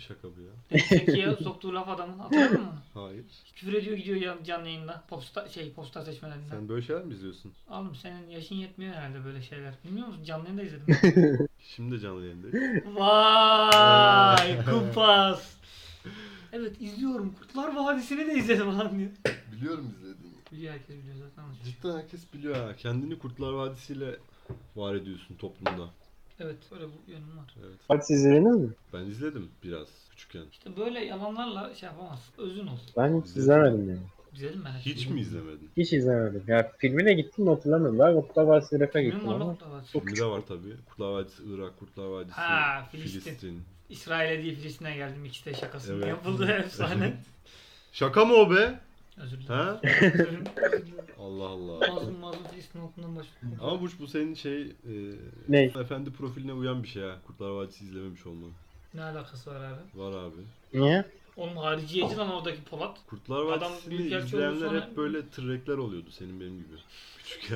şaka bu ya. Zeki'ye soktuğu laf adamın. Hatırladın mı onu? Hayır. Küfür ediyor gidiyor canlı yayında. Popstar seçmelerinden. Sen böyle şeyler mi izliyorsun? Oğlum senin yaşın yetmiyor herhalde böyle şeyler. Bilmiyor musun? Canlı yayında izledim. Şimdi de canlı yayındayız. Vay kumpas. Evet izliyorum. Kurtlar Vadisi'ni de izledim lan diyor. Biliyorum izlediğini. Biliyor herkes biliyor zaten. Cidden herkes biliyor ha. Kendini Kurtlar Vadisi'yle var ediyorsun toplumda. Evet öyle bu yönüm var. Evet. Hadi siz izlediniz mi? Ben izledim biraz küçükken. İşte böyle yalanlarla şey yapamazsın. Özün ol. Ben hiç İzledim. izlemedim yani. Güzelim ben. Hiç mi izlemedin? Hiç izlemedim. Ya filmine gittim mi hatırlamıyorum. Ben Kurtlar Vadisi Ref'e Kimin gittim var lan ama. Kurtlar Vadisi? Filmi de var tabii. Kurtlar Vadisi Irak, Kurtlar Vadisi Ha, Filistin. İsrail'e değil Filistin'e geldim. İkisi de şakasını Evet. yapıldı efsane. Şaka mı o be? Özür dilerim. Ha? Özür dilerim. Allah Allah. Mazlum Filistin okulundan başlıyor. Ama bu senin Ne? efendi profiline uyan bir şey ha. Kurtlar Vadisi izlememiş olman. Ne alakası var abi? Var abi. Niye? Oğlum hariciyeci lan oradaki Polat. Kurtlar Adam Vadisi'ni büyükelçi oldu izleyenler sonra- hep böyle tırrekler oluyordu senin benim gibi. Küçükken.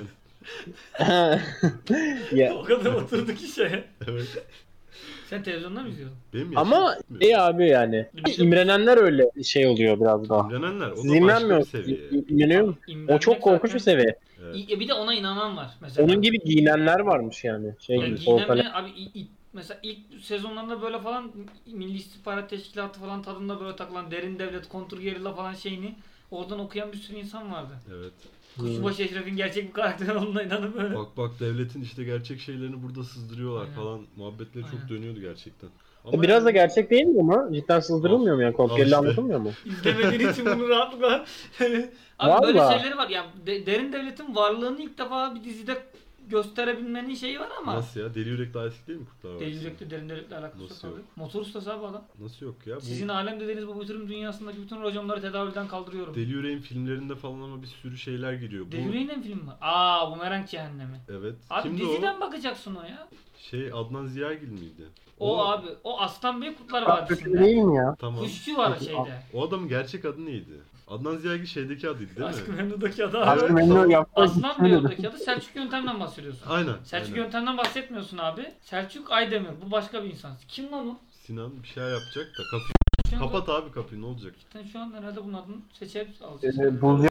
Ya O kadar oturdu ki şeye. Evet. Sen televizyonda mı izliyordun? Benim yaşım ama tutmuyor. iyi abi yani. İmrenenler öyle şey oluyor biraz daha. İmrenenler o Siz da başka bir imrenmiyorsunuz. seviye. İmreniyor musun? O İmrenmek çok korkunç bir zaten- seviye. Evet. Bir de ona inanan var mesela. Onun gibi giyinenler varmış yani. Şey Yani gibi. giyinenler abi mesela ilk sezonlarında böyle falan Milli İstihbarat Teşkilatı falan tadında böyle takılan derin devlet, kontrgerilla falan şeyini oradan okuyan bir sürü insan vardı. Evet. Kuşbaşı Eşref'in gerçek bir karakter olduğuna inanıp böyle. Bak devletin işte gerçek şeylerini burada sızdırıyorlar Aynen. falan. Muhabbetleri çok Aynen. dönüyordu gerçekten. Biraz da yani- gerçek değil mi ama? Cidden sızdırılmıyor mu yani? Al Kontrollü işte. anlatılmıyor mu? İzlemediğin için bunu rahatlıkla. Abi böyle Vallahi. şeyleri var. Yani derin devletin varlığını ilk defa bir dizide gösterebilmenin şeyi var ama. Nasıl ya? Deli Yürek daha eski değil mi Kurtlar Vadisi? Deli Yürek'te derin devletle alakası Nasıl yok yok? abi. Motor ustası abi adam. Nasıl yok ya? Bu Sizin alem dediğiniz bu bitirim dünyasındaki bütün raconları tedavülden kaldırıyorum. Deli Yürek'in filmlerinde falan ama bir sürü şeyler giriyor. Deli Bu Yürek'in film var. Aa Bumerang Cehennemi. evet. Abi Kimdi diziden o? bakacaksın o ya. Adnan Ziyagil miydi? O abi o Aslan Bey Kurtlar Kötü Vadisi'nde. değil mi ya? Tamam. Kuşçu var şeyde. O adamın gerçek adı neydi? Adnan Ziyagil şeydeki adıydı değil Aşk-ı mi? Memnu'daki adam. Evet. Aslında memnun yaptı. Aslan Bey oradaki adı Selçuk Yöntem'den bahsediyorsun. Aynen. Selçuk aynen. Yöntem'den bahsetmiyorsun abi. Selçuk Aydemir. Bu başka bir insan. Kim lan o? Sinan bir şey yapacak da Şu an- kapat abi kapıyı ne olacak? Sen şu an herhalde bunun adını seçip alacağız. Bulacak.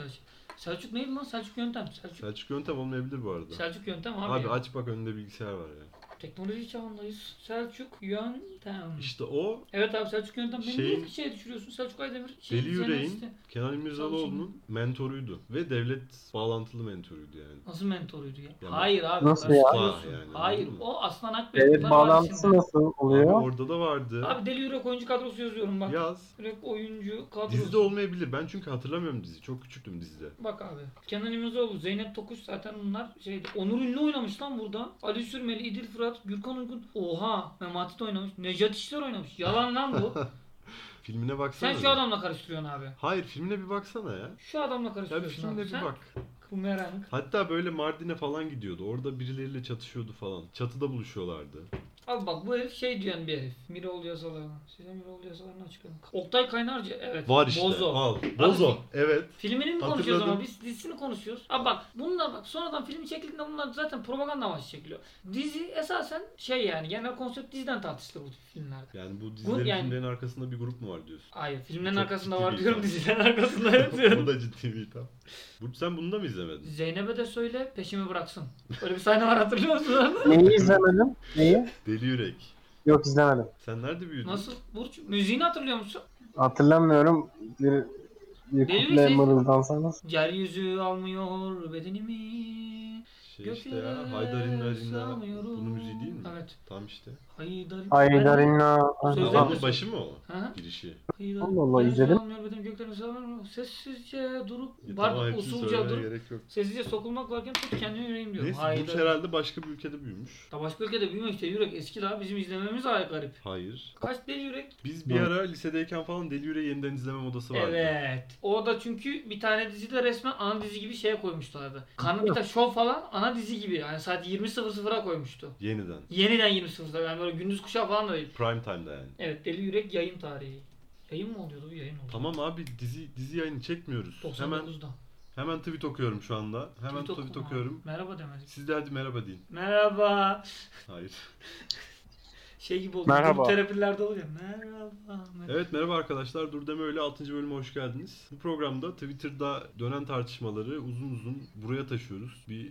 Selçuk neydi lan? Selçuk Yöntem. Selçuk Yöntem olmayabilir bu arada. Selçuk Yöntem abi. Abi aç bak önünde bilgisayar var ya. Teknoloji çağındayız. Selçuk Yöntem. İşte o Evet abi Selçuk Yöntem. Beni Şeyin- niye şeye düşürüyorsun? Selçuk Aydemir. Deli Yüreğin Cennet Kenan İmirzalıoğlu'nun mentoruydu ve devlet bağlantılı mentoruydu yani. Nasıl mentoruydu ya? Ya Hayır abi. nasıl ya? karıştırıyorsun. Yani, Hayır. anladın mı? O Aslan Akbey. Evet Kurtlar bağlantısı Vadisi'nde. nasıl Abi oluyor? orada da vardı. Abi Deli Yürek oyuncu kadrosu yazıyorum bak. Yaz. Yürek oyuncu kadrosu. Dizide olmayabilir. Ben çünkü hatırlamıyorum dizi. Çok küçüktüm dizide. Bak abi. Kenan İmirzalıoğlu, Zeynep Tokuş zaten bunlar şeydi. Onur Ünlü oynamış lan burada. Ali Sürmeli, İdil Fırat, Gürkan Uygun. Oha! Memati de oynamış. Necat İşler oynamış. Yalan lan bu. Filmine baksana. Sen şu bir. adamla karıştırıyorsun abi. Hayır filmine bir baksana ya. Şu adamla Ya bir karıştırıyorsun filmine abi. bir Sen bak. Bumerang. Hatta böyle Mardin'e falan gidiyordu. Orada birileriyle çatışıyordu falan. Çatıda buluşuyorlardı. Abi bak bu herif şey diyen bir herif. Miroğlu yasalarına. Size Miroğlu yasalarını açıklayın. Oktay Kaynarca. Evet. Var işte. Bozo. Al. Bozo. Evet. Filmini mi konuşuyoruz ama Hatırladım. biz dizisini konuşuyoruz. Abi bak bunlar bak sonradan film çekildiğinde bunlar zaten propaganda amaçlı çekiliyor. Dizi esasen şey yani genel konsept diziden tartışılır bu filmlerde. Yani bu dizilerin yani- filmlerin arkasında bir grup mu var diyorsun? Hayır filmlerin Çok arkasında ciddi var bir diyorum itham. dizilerin arkasında yok diyorum. Bu da ciddi bir itham. Sen bunu da mı izlemedin? Zeynep'e de söyle peşimi bıraksın. Öyle bir sahne var hatırlıyor musun? Neyi izlemedim? Neyi? Deli Yürek. Yok izlemedim. Sen nerede büyüdün? Nasıl? Burç müziğini hatırlıyor musun? Hatırlamıyorum. Bir Deli kuple şey- mırıldansanız. Yeryüzü almıyor bedenimi. Şey işte ya. Haydar İnna İnna. Bunun müziği değil mi? Evet. Tam işte. Haydar Haydarina. Sözleri de Adamın söyle. başı mı o? Hı hı. Girişi. Allah Allah, izledim. Sessizce durup Tamam, var hepsini usulca söylemeye durup gerek yok. sessizce sokulmak varken tut kendini yüreğim diyorum. Neyse Hayır. Burç herhalde başka bir ülkede büyümüş. Da başka ülkede büyümek işte yürek eski daha bizim izlememiz ait garip. Hayır. Kaç deli yürek? Biz bir ara lisedeyken falan Deli Yürek'i yeniden izleme modası vardı. Evet. O da çünkü bir tane dizide resmen ana dizi gibi şeye koymuşlardı. Kanal bir tane show falan ana dizi gibi yani saat 20.00'a koymuştu. Yeniden. Yeniden 20.00'da yani böyle gündüz kuşağı falan da değil. Prime time'da yani. Evet Deli Yürek yayın tarihi. Yayın mı oluyordu bu yayın oluyordu. Tamam abi dizi yayını çekmiyoruz. Hemen 99'da. hemen tweet okuyorum şu anda. Hemen tweet okuma. okuyorum. Merhaba demedik. Siz de hadi merhaba deyin. Merhaba. Hayır. Şey gibi oldu. Merhaba. Grup terapilerde oluyor. Merhaba. Evet, merhaba arkadaşlar. Dur deme öyle 6. bölüme hoş geldiniz. Bu programda Twitter'da dönen tartışmaları uzun uzun buraya taşıyoruz. Bir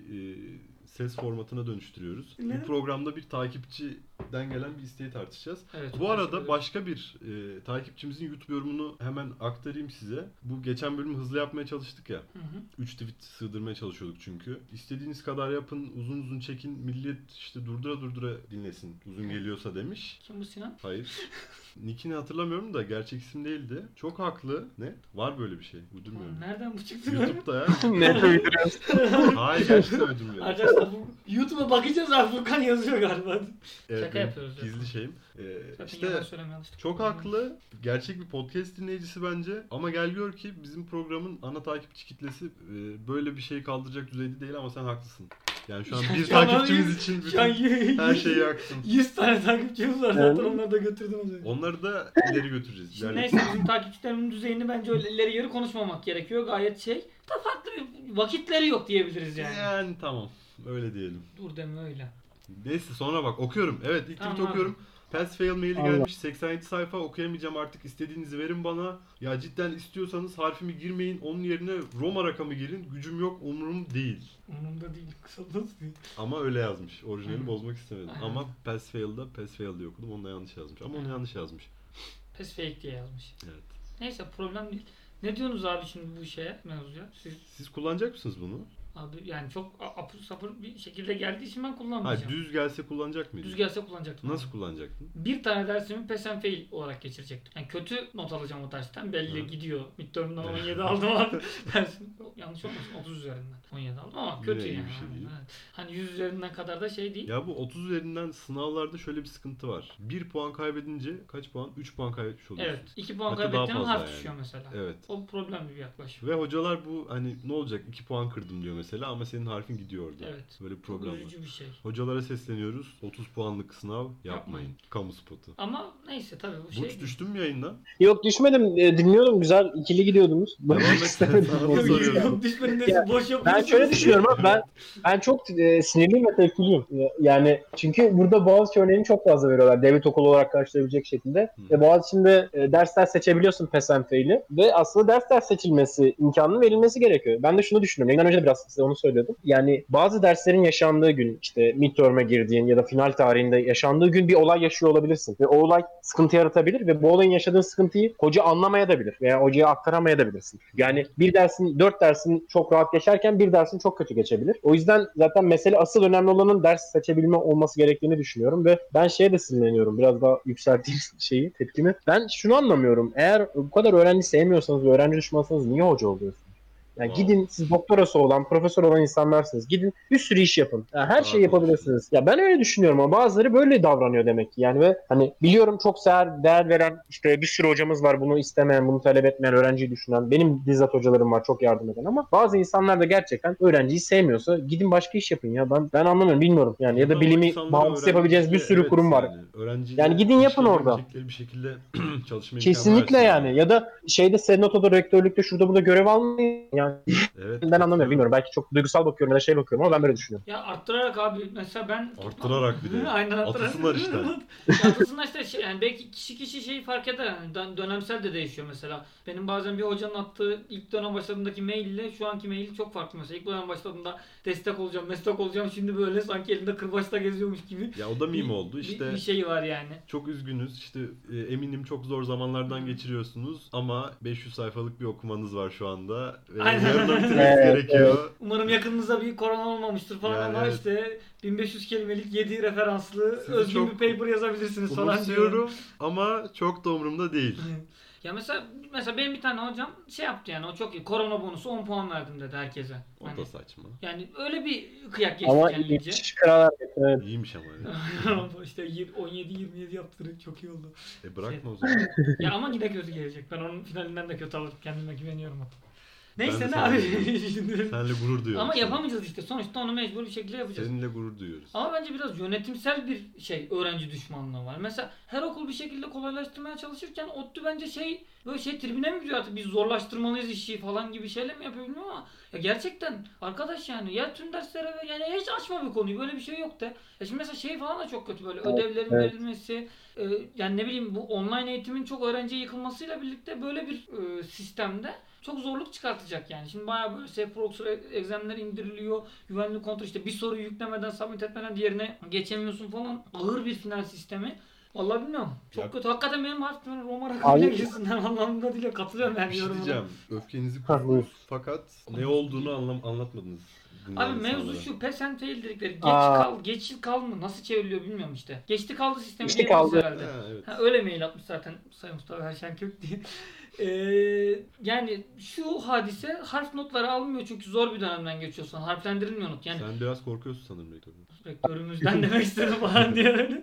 ses formatına dönüştürüyoruz. Ne? Bu programda bir takipçiden gelen bir isteği tartışacağız. Evet, Bu çok arada teşekkür ederim. başka bir takipçimizin YouTube yorumunu hemen aktarayım size. Bu geçen bölüm hızlı yapmaya çalıştık ya. Hı hı. 3 tweet sığdırmaya çalışıyorduk çünkü. İstediğiniz kadar yapın, uzun uzun çekin, millet işte durdura durdura dinlesin. Uzun geliyorsa demiş. Kim bu Sinan? Hayır. Nick'ini hatırlamıyorum da gerçek isim değildi. Çok haklı. Ne? Var böyle bir şey. Uydurmuyorum. Nereden bu çıktı? YouTube'da ya. Ne uyduruyorsun? Hayır, gerçekten uydurmuyorum. Arkadaşlar bu YouTube'a bakacağız abi. Furkan yazıyor galiba. Evet, Şaka benim yapıyoruz Gizli zaten. şeyim. Zaten İşte yalan söyleme yanlışlıkla. çok haklı. Gerçek bir podcast dinleyicisi bence. Ama gel gör ki bizim programın ana takipçi kitlesi böyle bir şey kaldıracak düzeyde değil ama sen haklısın. Yani şu an bir Şu an takipçimiz için Şu an bütün her şeyi yaktın. 100 tane takipçimiz var zaten, onları da götürdüm az önce. Onları da ileri götüreceğiz. Şimdi Yani neyse, bizim takipçilerimin düzeyini bence öyle ileri geri konuşmamak gerekiyor. Gayet şey. Da farklı bir vakitleri yok diyebiliriz yani. Yani tamam. Öyle diyelim. Dur deme öyle. Neyse sonra bak okuyorum. Evet ilk Tamam tweet abi. okuyorum. Pass fail maili Allah. gelmiş. 87 sayfa okuyamayacağım artık. İstediğinizi verin bana. Ya cidden istiyorsanız harfimi girmeyin. Onun yerine Roma rakamı girin. Gücüm yok, umurum değil. Umurumda değil. Kısaltması değil. Ama öyle yazmış. Orijinali Aynen. bozmak istemedim. Aynen. Ama pass fail'da pass fail diye okudum. Onu da yanlış yazmış. Ama onu Aynen. yanlış yazmış. Pes fake diye yazmış. Evet. Neyse, problem değil. Ne diyorsunuz abi şimdi bu şeye, mevzuya? Siz kullanacak mısınız bunu? Abi yani çok apır sapır bir şekilde geldiği için ben Ha, kullanmayacağım. düz gelse kullanacak mıydın? Düz gelse kullanacaktım. Nasıl abi. kullanacaktın? Bir tane dersimi pes and fail olarak geçirecektim. Yani kötü not alacağım o dersten. Belli Hı. gidiyor. Midterm'dan 17 aldım abi. Dersim yanlış olmasın, 30 üzerinden 17 aldım ama kötü Yine iyi yani. bir şey değil. Evet. Hani 100 üzerinden kadar da şey değil. Ya bu 30 üzerinden sınavlarda şöyle bir sıkıntı var. 1 puan kaybedince kaç puan? 3 puan kaybetmiş oluyorsun. Evet. 2 puan Hatta daha kaybettiğim fazla harf yani. düşüyor mesela. Evet. O problemli bir yaklaşım. Ve hocalar bu hani ne olacak 2 puan kırdım diyor mesela ama senin harfin gidiyor orada. Evet. Böyle bir Çok problem var. üzücü bir şey. Hocalara sesleniyoruz. 30 puanlık sınav yapmayın. Yapmayın. Kamu spotu. Ama neyse tabii bu şey. Burç düştün mü yayından? Yok düşmedim. Dinliyordum, güzel ikili gidiyordunuz. Devam et. İstemedim. Sana da Yok, soruyorum. yok, düşmenin nesi Ya, boş Ben yapıyorsun. şöyle düşünüyorum abi, ben çok sinirliyim ve tepkiliyim. Yani çünkü burada Boğaziçi örneğini çok fazla veriyorlar. Devlet okulu olarak karşılayabilecek şekilde. Hı. Ve Boğaziçi'nde dersler seçebiliyorsun PES and Fail'i. Ve aslında ders seçilmesi imkanının verilmesi gerekiyor. Ben de şunu düşünüyorum. Yayından önce de biraz size onu söylüyordum. Yani bazı derslerin yaşandığı gün, işte midterm'e girdiğin ya da final tarihinde yaşandığı gün bir olay yaşıyor olabilirsin. Ve o olay sıkıntı yaratabilir ve bu olayın yaşadığın sıkıntıyı hoca anlamayabilir veya hocaya aktaramayabilirsin. Yani bir dersin, 4 dersin çok rahat geçerken bir dersin çok kötü geçebilir. O yüzden zaten mesele asıl önemli olanın ders seçebilme olması gerektiğini düşünüyorum ve ben şeye de sinirleniyorum. Biraz daha yükselteyim tepkimi. Ben şunu anlamıyorum. Eğer bu kadar öğrenci sevmiyorsanız ve öğrenci düşmansanız niye hoca oluyorsunuz? Yani Wow. gidin, siz doktorası olan, profesör olan insanlarsınız. Gidin bir sürü iş yapın. Yani her şeyi yapabilirsiniz. Ya ben öyle düşünüyorum ama bazıları böyle davranıyor demek ki. Yani ve hani biliyorum çok değer veren işte bir sürü hocamız var, bunu istemeyen, bunu talep etmeyen, öğrenciyi düşünen. Benim bizzat hocalarım var çok yardım eden ama bazı insanlar da gerçekten öğrenciyi sevmiyorsa gidin başka iş yapın ya. Ben anlamıyorum, bilmiyorum. Yani ya da Ama o bilimi insanlara bağımsız yapabileceğiniz bir sürü evet kurum var. Öğrenciyle Yani gidin yapın orada. ilişkilenebilecekleri bir şekilde çalışma imkanı Kesinlikle versin yani. Ya da şeyde senatoda, rektörlükte, şurada burada görev almayın. Yani Evet. ben anlamıyorum, bilmiyorum. Belki çok duygusal bakıyorum ya da şey bakıyorum ama ben böyle düşünüyorum. Ya arttırarak abi mesela ben Arttırarak bir de. Aynen arttırarak. Atılsınlar işten. Ya atılsınlar işte şey, yani belki kişi şeyi fark eder yani dönemsel de değişiyor mesela. Benim bazen bir hocanın attığı ilk dönem başladığındaki mail ile şu anki mail çok farklı mesela. İlk dönem başladığında destek olacağım, meslek olacağım, şimdi böyle sanki elinde kırbaçla geziyormuş gibi. Ya o da meme oldu işte. Bir şey var yani. Çok üzgünüz işte eminim çok zor zamanlardan geçiriyorsunuz ama 500 sayfalık bir okumanız var şu anda ve Aynen. yarın bitirmeniz Evet, gerekiyor. Umarım yakınınızda bir korona olmamıştır falan Yani ama evet. işte 1500 kelimelik 7 referanslı Sizi özgün çok bir paper yazabilirsiniz falan diyor. Umursuyorum ama çok da umurumda değil. Ya mesela benim bir tane hocam şey yaptı yani, o çok iyi. Korona bonusu 10 puan verdim dedi herkese. O Hani, da saçma. yani öyle bir kıyak geçti Ama kendince. iş kralar evet. İyiymiş ama yani. İşte 17-27 yaptırdı, çok iyi oldu. Bırakma o zaman. Ya ama yine kötü gelecek. Ben onun finalinden de kötü alırım. Kendime güveniyorum. Neyse Ben de ne abi. Seninle gurur duyuyorum. Ama yapamayacağız işte. Sonuçta onu mecbur bir şekilde yapacağız. Seninle gurur duyuyoruz. Ama bence biraz yönetimsel bir öğrenci düşmanlığı var. Mesela her okul bir şekilde kolaylaştırmaya çalışırken ODTÜ bence böyle tribüne mi gidiyor artık, biz zorlaştırmalıyız işi falan gibi şeyler mi yapıyor bilmiyorum ama ya gerçekten arkadaş yani ya tüm derslere yani hiç açma bir konuyu, böyle bir şey yok da. Ya şimdi mesela falan da çok kötü, böyle ödevlerin verilmesi, yani ne bileyim bu online eğitimin çok öğrenciye yıkılmasıyla birlikte böyle bir sistemde çok zorluk çıkartacak yani. Şimdi bayağı böyle proxy exam'ler indiriliyor. Güvenlik kontrol, işte bir soruyu yüklemeden, submit etmeden diğerine geçemiyorsun falan. Ağır bir final sistemi. Vallahi bilmiyorum. Çok kötü. Hakikaten benim harfim Roma rakamıyla girsinler anlamında değil. Katılıyorum ben Bir şey yorumuna. diyeceğim. Öfkenizi Ha, buyur. kustunuz fakat ne olduğunu anlatmadınız. Abi mevzu şu, pass and fail dedikleri geç yıl kal mı? Nasıl çevriliyor bilmiyorum işte. Geçti kaldı sistemi Geçti diyebiliriz kaldı. herhalde. Evet. Öyle mail atmış zaten Sayın Mustafa Erşenkök diye. Yani şu hadise harf notları almıyor çünkü zor bir dönemden geçiyorsun. Harflendirilmiyor not. Yani Sen biraz korkuyorsun sanırım rektörüm. rektörümüzden demek istedim falan diye öyle.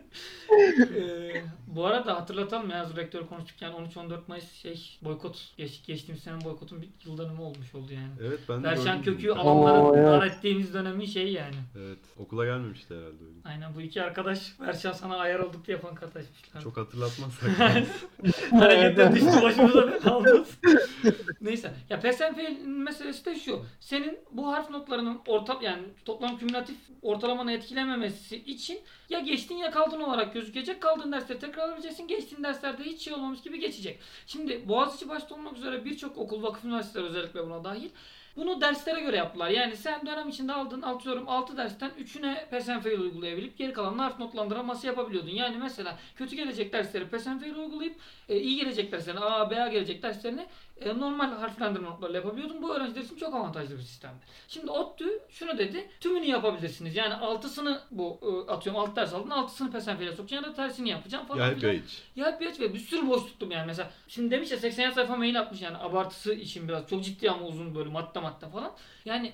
Bu arada hatırlatalım ya, hazır rektör konuşurken 13-14 Mayıs boykot. Geçtiğimiz senenin boykotun bir yıl dönümü olmuş oldu yani. Evet, ben de Erşen gördüm Kök'ü bunu. alanların evet. dar ettiğimiz dönemin yani. Evet. Okula gelmemişti herhalde öyle. Aynen, bu iki arkadaş Erşen sana ayar olduk diye falan kardeşmişler. Çok hatırlatmazsak. Hareketler düştü başımıza bela olmasın. Neyse. Ya pass and fail meselesi de şu. Senin bu harf notlarının yani toplam kümülatif ortalamanı etkilememesi için ya geçtin ya kaldın olarak gözükecek. Kaldığın dersleri tekrar alabileceksin. Geçtiğin derslerde hiç şey olmamış gibi geçecek. Şimdi Boğaziçi başta olmak üzere birçok okul, vakıf üniversiteleri özellikle buna dahil, bunu derslere göre yaptılar. Yani sen dönem içinde aldığın 6 dersten 3'üne pass and fail uygulayabilip geri kalanını harf notlandırması yapabiliyordun. Yani mesela kötü gelecek dersleri pass and fail uygulayıp iyi gelecek derslerini, A, B gelecek derslerini normal harflendirme notlarıyla yapabiliyordun. Bu öğrenciler için çok avantajlı bir sistemdi. Şimdi ODTÜ şunu dedi: tümünü yapabilirsiniz. Yani 6'sını atıyorum 6 ders aldın, 6'sını pass and fail'e sokacaksın ya da tersini yapacaksın falan. Ya hep ve bir sürü boş tuttum yani. Mesela şimdi demiş ya 80 sayfa mail atmış, yani abartısı için biraz çok ciddi ama uzun, böyle madde falan. Yani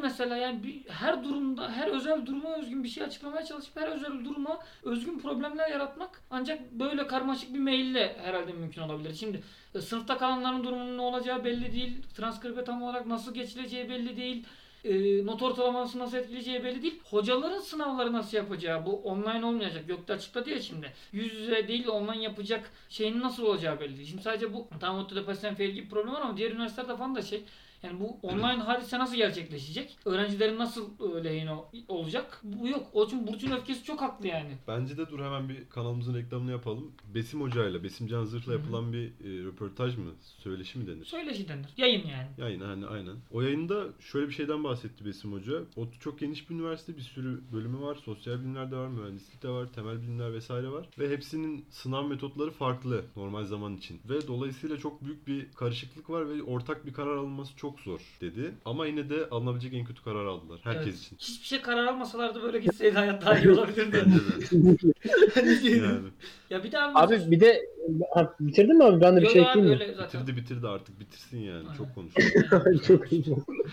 her durumda, her özel duruma özgün bir şey açıklamaya çalışıp her özel duruma özgün problemler yaratmak ancak böyle karmaşık bir maille herhalde mümkün olabilir. Şimdi sınıfta kalanların durumunun ne olacağı belli değil. Transkribe tam olarak nasıl geçileceği belli değil. Not ortalaması nasıl etkileyeceği belli değil. Hocaların sınavları nasıl yapacağı, bu online olmayacak. Gökte açıkladı ya şimdi. Yüz yüze değil online yapacak şeyin nasıl olacağı belli değil. Şimdi sadece bu tam ODTÜ'de pass and fail gibi problem var ama diğer üniversitelerde falan da yani bu online hadise nasıl gerçekleşecek? Öğrencilerin nasıl lehine olacak? Bu yok. O için Burç'un öfkesi çok haklı yani. Bence de dur hemen bir kanalımızın reklamını yapalım. Besim Hoca'yla, Besim Can Zırh'la yapılan bir röportaj mı? Söyleşi mi denir? Söyleşi denir. Yayın yani. Yayın aynen. O yayında şöyle bir şeyden bahsetti Besim Hoca. ODTÜ çok geniş bir üniversite. Bir sürü bölümü var. Sosyal bilimler de var, mühendislik de var, temel bilimler vesaire var. Ve hepsinin sınav metotları farklı normal zaman için. Ve dolayısıyla çok büyük bir karışıklık var ve ortak bir karar alınması çok zor dedi. Ama yine de alınabilecek en kötü kararı aldılar. Herkes için. Hiçbir şey karar almasalardı böyle gitseydi hayat daha iyi olabilirdi. Bence de. Yani. Ya bir daha Abi bir de bitirdin mi abi? Ben de bir şey ekleyeyim mi? Bitirdi artık. Bitirsin yani. Aynen. Çok konuşuyor. Çok iyi.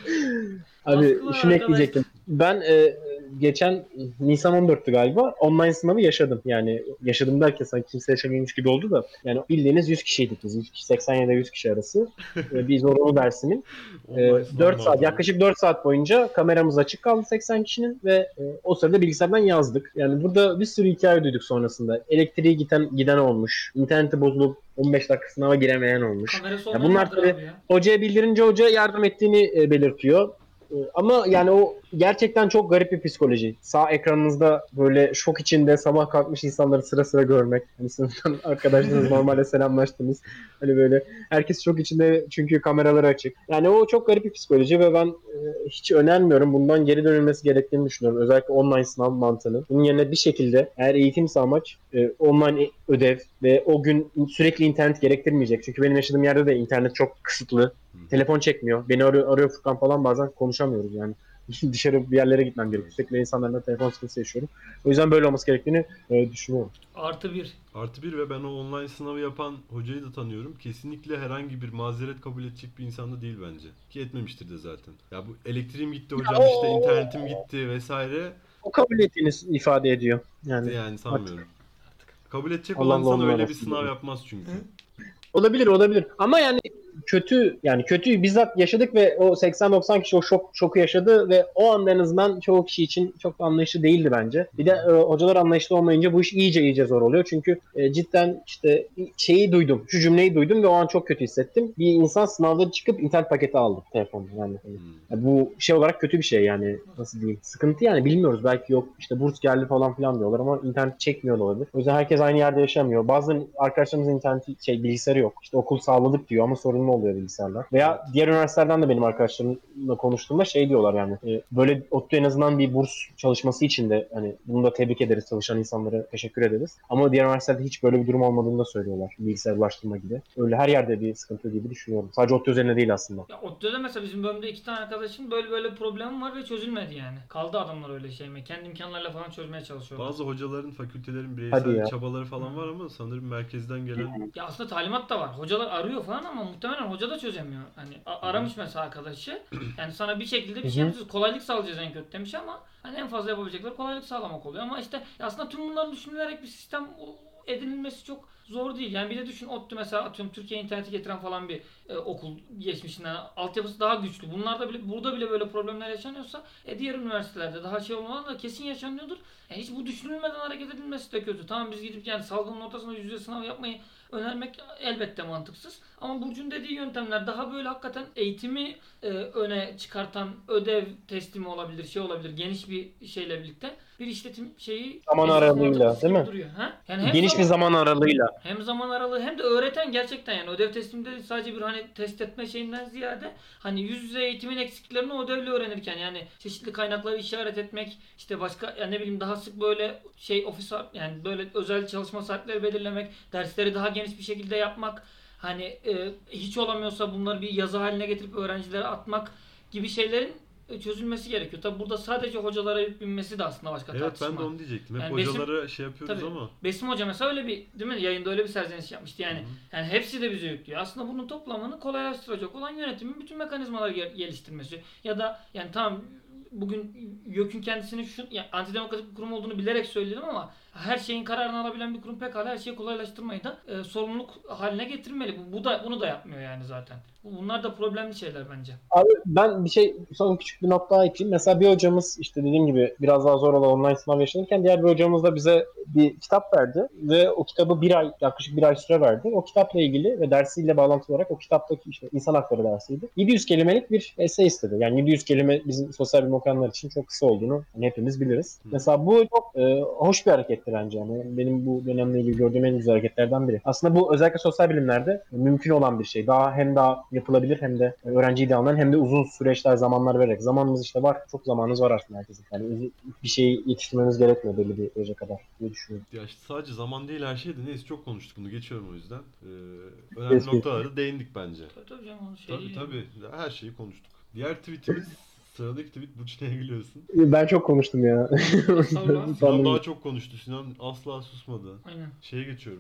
Abi şunu ekleyecektim. Ben geçen Nisan 14'tü galiba. Online sınavı yaşadım. Yani yaşadım derken sanki kimse yaşamıyormuş gibi oldu da. Yani bildiğiniz 100 kişiydik biz. 87 100 kişi arası. Bir zorunlu dersimin. 4 saat, yaklaşık 4 saat boyunca kameramız açık kaldı 80 kişinin ve o sırada bilgisayardan yazdık. Yani burada bir sürü hikaye duyduk sonrasında. Elektriği giden olmuş. İnterneti bozulup 15 dakika sınava giremeyen olmuş. Ya bunlar tabii hocaya bildirince hoca yardım ettiğini belirtiyor. Ama yani o gerçekten çok garip bir psikoloji. Sağ ekranınızda böyle şok içinde sabah kalkmış insanları sıra sıra görmek. Hani sınıftan arkadaşlarınız normalde selamlaştınız. Hani böyle herkes şok içinde çünkü kameraları açık. Yani o çok garip bir psikoloji ve ben hiç önermiyorum. Bundan geri dönülmesi gerektiğini düşünüyorum. Özellikle online sınav mantığını. Bunun yerine bir şekilde eğer eğitimse amaç online ödev ve o gün sürekli internet gerektirmeyecek. Çünkü benim yaşadığım yerde de internet çok kısıtlı. Telefon çekmiyor. Beni arıyor Furkan falan, bazen konuşamıyoruz yani. Dışarı bir yerlere gitmem gerekiyor. Sürekli insanlarla telefon sıkıntısı yaşıyorum. O yüzden böyle olması gerektiğini düşünüyorum. Artı bir ve ben o online sınavı yapan hocayı da tanıyorum. Kesinlikle herhangi bir mazeret kabul edecek bir insan da değil bence. Ki etmemiştir de zaten. Ya bu elektriğim gitti hocam, işte internetim gitti vesaire. O kabul ettiğini ifade ediyor. Yani sanmıyorum. Kabul edecek Allah olan insan Allah öyle bir nasıl sınav yapmaz çünkü. Olabilir. Ama yani kötü, yani kötüyü bizzat yaşadık ve o 80-90 kişi o şoku yaşadı ve o anda en azından çoğu kişi için çok da anlayışlı değildi bence. Bir de hocalar anlayışlı olmayınca bu iş iyice zor oluyor. Çünkü cidden işte şeyi duydum, şu cümleyi duydum ve o an çok kötü hissettim. Bir insan sınavda çıkıp internet paketi aldı telefonla. Yani bu şey olarak kötü bir şey yani, nasıl diyeyim. Sıkıntı yani, bilmiyoruz, belki yok işte burs geldi falan filan diyorlar ama internet çekmiyor da olabilir. O yüzden herkes aynı yerde yaşamıyor. Bazı arkadaşlarımızın interneti bilgisayarı yok. İşte okul sağladık diyor ama sorunlu oluyor bilgisayarlar. Veya diğer üniversitelerden de benim arkadaşlarımla konuştuğumda şey diyorlar yani, böyle ODTÜ en azından bir burs çalışması için de hani bunu da tebrik ederiz, çalışan insanlara teşekkür ederiz. Ama diğer üniversitelerde hiç böyle bir durum olmadığını da söylüyorlar. Bilgisayar ulaştırma gibi. Öyle her yerde bir sıkıntı gibi düşünüyorum. Sadece ODTÜ üzerine değil aslında. Ya ODTÜ'de mesela bizim bölümde 2 tane arkadaşın böyle problem var ve çözülmedi yani. Kaldı adamlar öyle şey mi? Kendi imkanlarıyla falan çözmeye çalışıyorlar. Bazı hocaların, fakültelerin Hadi bireysel ya. çabaları falan var ama sanırım merkezden gelen Ya aslında talimat da var. Hocalar arıyor falan ama muhtemelen hoca da çözemiyor. Hani aramış mesela arkadaşı. Yani sana bir şekilde bir şey yapacağız. Kolaylık sağlayacağız en kötü demiş ama hani en fazla yapabilecekleri kolaylık sağlamak oluyor. Ama işte aslında tüm bunların düşünülerek bir sistem edinilmesi çok zor değil. Yani bir de düşün, ODTÜ mesela, atıyorum Türkiye interneti getiren falan bir okul geçmişinden, altyapısı daha güçlü. Burada bile böyle problemler yaşanıyorsa diğer üniversitelerde daha şey olmadan da kesin yaşanıyordur. Yani hiç bu düşünülmeden hareket edilmesi de kötü. Tamam, biz gidip yani salgının ortasında yüz yüze sınav yapmayı önermek elbette mantıksız. Ama Burcu'nun dediği yöntemler daha böyle hakikaten eğitimi öne çıkartan, ödev teslimi olabilir, şey olabilir, geniş bir şeyle birlikte bir işletim şeyi Zaman aralığıyla, değil mi? duruyor. Ha? Yani Geniş bir zaman aralığıyla. hem zaman aralığı hem de öğreten gerçekten, yani ödev teslimde sadece bir hani test etme şeyinden ziyade hani yüz yüze eğitimin eksiklerini o ödevle öğrenirken, yani çeşitli kaynakları işaret etmek, işte başka yani ne bileyim daha sık böyle ofis, yani böyle özel çalışma saatleri belirlemek, dersleri daha geniş bir şekilde yapmak, hani hiç olamıyorsa bunları bir yazı haline getirip öğrencilere atmak gibi şeylerin çözülmesi gerekiyor. Tabi burada sadece hocalara yük binmesi de aslında başka tartışma. Evet, ben de onu diyecektim. Hep Yani hocalara şey yapıyoruz tabii, ama. Besim Hoca mesela öyle bir, değil mi? Yayında öyle bir serzeniş yapmıştı yani. Hı-hı. Yani hepsi de bize yüklüyor. Aslında bunun toplamını kolaylaştıracak olan yönetimin bütün mekanizmaları geliştirmesi. Ya da yani tamam, bugün YÖK'ün kendisini yani antidemokratik bir kurum olduğunu bilerek söyledim ama her şeyin kararını alabilen bir kurum pekala her şeyi kolaylaştırmayı da sorumluluk haline getirmeli. Bunu da yapmıyor yani zaten. Bunlar da problemli şeyler bence. Abi ben son küçük bir not daha ekleyeyim. Mesela bir hocamız, işte dediğim gibi biraz daha zor olan online sınav yaşanırken, diğer bir hocamız da bize bir kitap verdi ve o kitabı yaklaşık bir ay süre verdi. O kitapla ilgili ve dersiyle bağlantılı olarak o kitaptaki işte insan hakları dersiydi. 700 kelimelik bir essay istedi. Yani 700 kelime bizim sosyal bilim okuyanlar için çok kısa olduğunu hani hepimiz biliriz. Mesela bu çok hoş bir hareketti bence. Yani benim bu dönemle ilgili gördüğüm en güzel hareketlerden biri. Aslında bu özellikle sosyal bilimlerde mümkün olan bir şey. Hem daha yapılabilir, hem de öğrenciyi de alınan, hem de uzun süreçler, zamanlar vererek. Zamanımız işte var. Çok zamanımız var aslında herkesin. Yani bir şey yetiştirmemiz gerekmiyor belli bir derece kadar diye düşünüyorum. Ya işte sadece zaman değil her şey de. Neyse, çok konuştuk, bunu geçiyorum o yüzden. Önemli noktalara da değindik bence. Tabii canım, Tabii. Her şeyi konuştuk. Diğer tweetimiz, sıradaki tweet, Burçin'e gülüyorsun. Ben çok konuştum ya. Sinan daha çok konuştu. Sinan asla susmadı. Aynen. Şeye geçiyorum.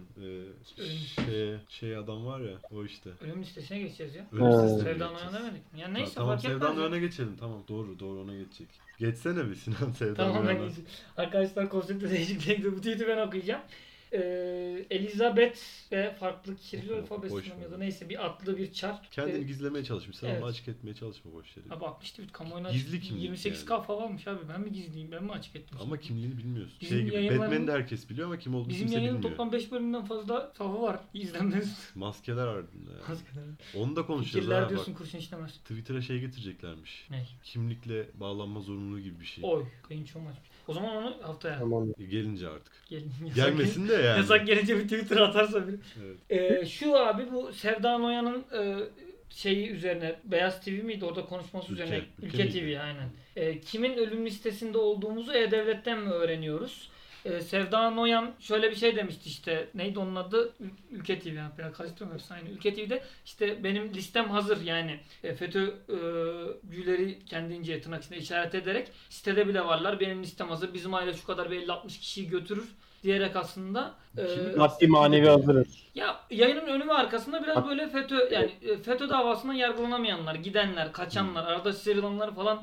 Adam var ya, o işte. Ölüm listesine geçeceğiz ya. Ölüm listesine Sevda'nın geçeceğiz. önüne demedik mi? Yani neyse, Tamam, fark etmez. Sevda'nın önüne geçelim. Tamam, doğru ona geçecek. Geçsene bir Sinan, Sevda'nın Tamam, ben önüne. geçeyim. Arkadaşlar, konsepte değişikliğe gidiyor. Bu tweet'i ben okuyacağım. Elizabeth ve farklı Kiril alfabesinden ya da neyse bir atlı bir çar. Kendini gizlemeye çalışmış. Sen evet. onu açık etmeye çalışma, boş yere. Abi 60 tweet kamuoyuna Gizli kimlik 28k yani. falan varmış abi. Ben mi gizliyim? Ben mi açık ettim? Ama kimliğini bilmiyorsun. Bizim Şey gibi, yayınların- Batman'i de herkes biliyor ama kim olduğunu Bizim kimse yayının bilmiyor. toplam 5 bölümden fazla safı var. İzlenmeniz. Maskeler ardında ya. Maskeler. Onu da konuşacağız Fikirler ha diyorsun, bak. kurşun işlemez. Twitter'a şey getireceklermiş. Ne? Kimlikle bağlanma zorunluluğu gibi bir şey. Oy, kayınçom açmış. O zaman onu haftaya Tamam. Gelince artık. yasak- Gelmesin de yani. Yasak gelince bir Twitter atarsa bir. Evet. Şu abi, bu Sevda Noyan'ın şeyi üzerine, Beyaz TV miydi orada konuşması üzerine, Ülke miydi? TV aynen. Kimin ölüm listesinde olduğumuzu E-Devlet'ten mi öğreniyoruz? Sevda Noyan şöyle bir şey demişti, işte neydi onun adı? Ülke TV, ya karıştırıyorum hepsi aynı. Ülke TV'de işte benim listem hazır, yani FETÖ'cüleri kendince tırnak içinde işaret ederek sitede bile varlar, benim listem hazır, bizim aile şu kadar bir 50-60 kişiyi götürür diyerek aslında Maddi manevi hazırız. ya yayının önü ve arkasında biraz böyle FETÖ, yani FETÖ davasından yargılanamayanlar, gidenler, kaçanlar, arada sıyrılanlar falan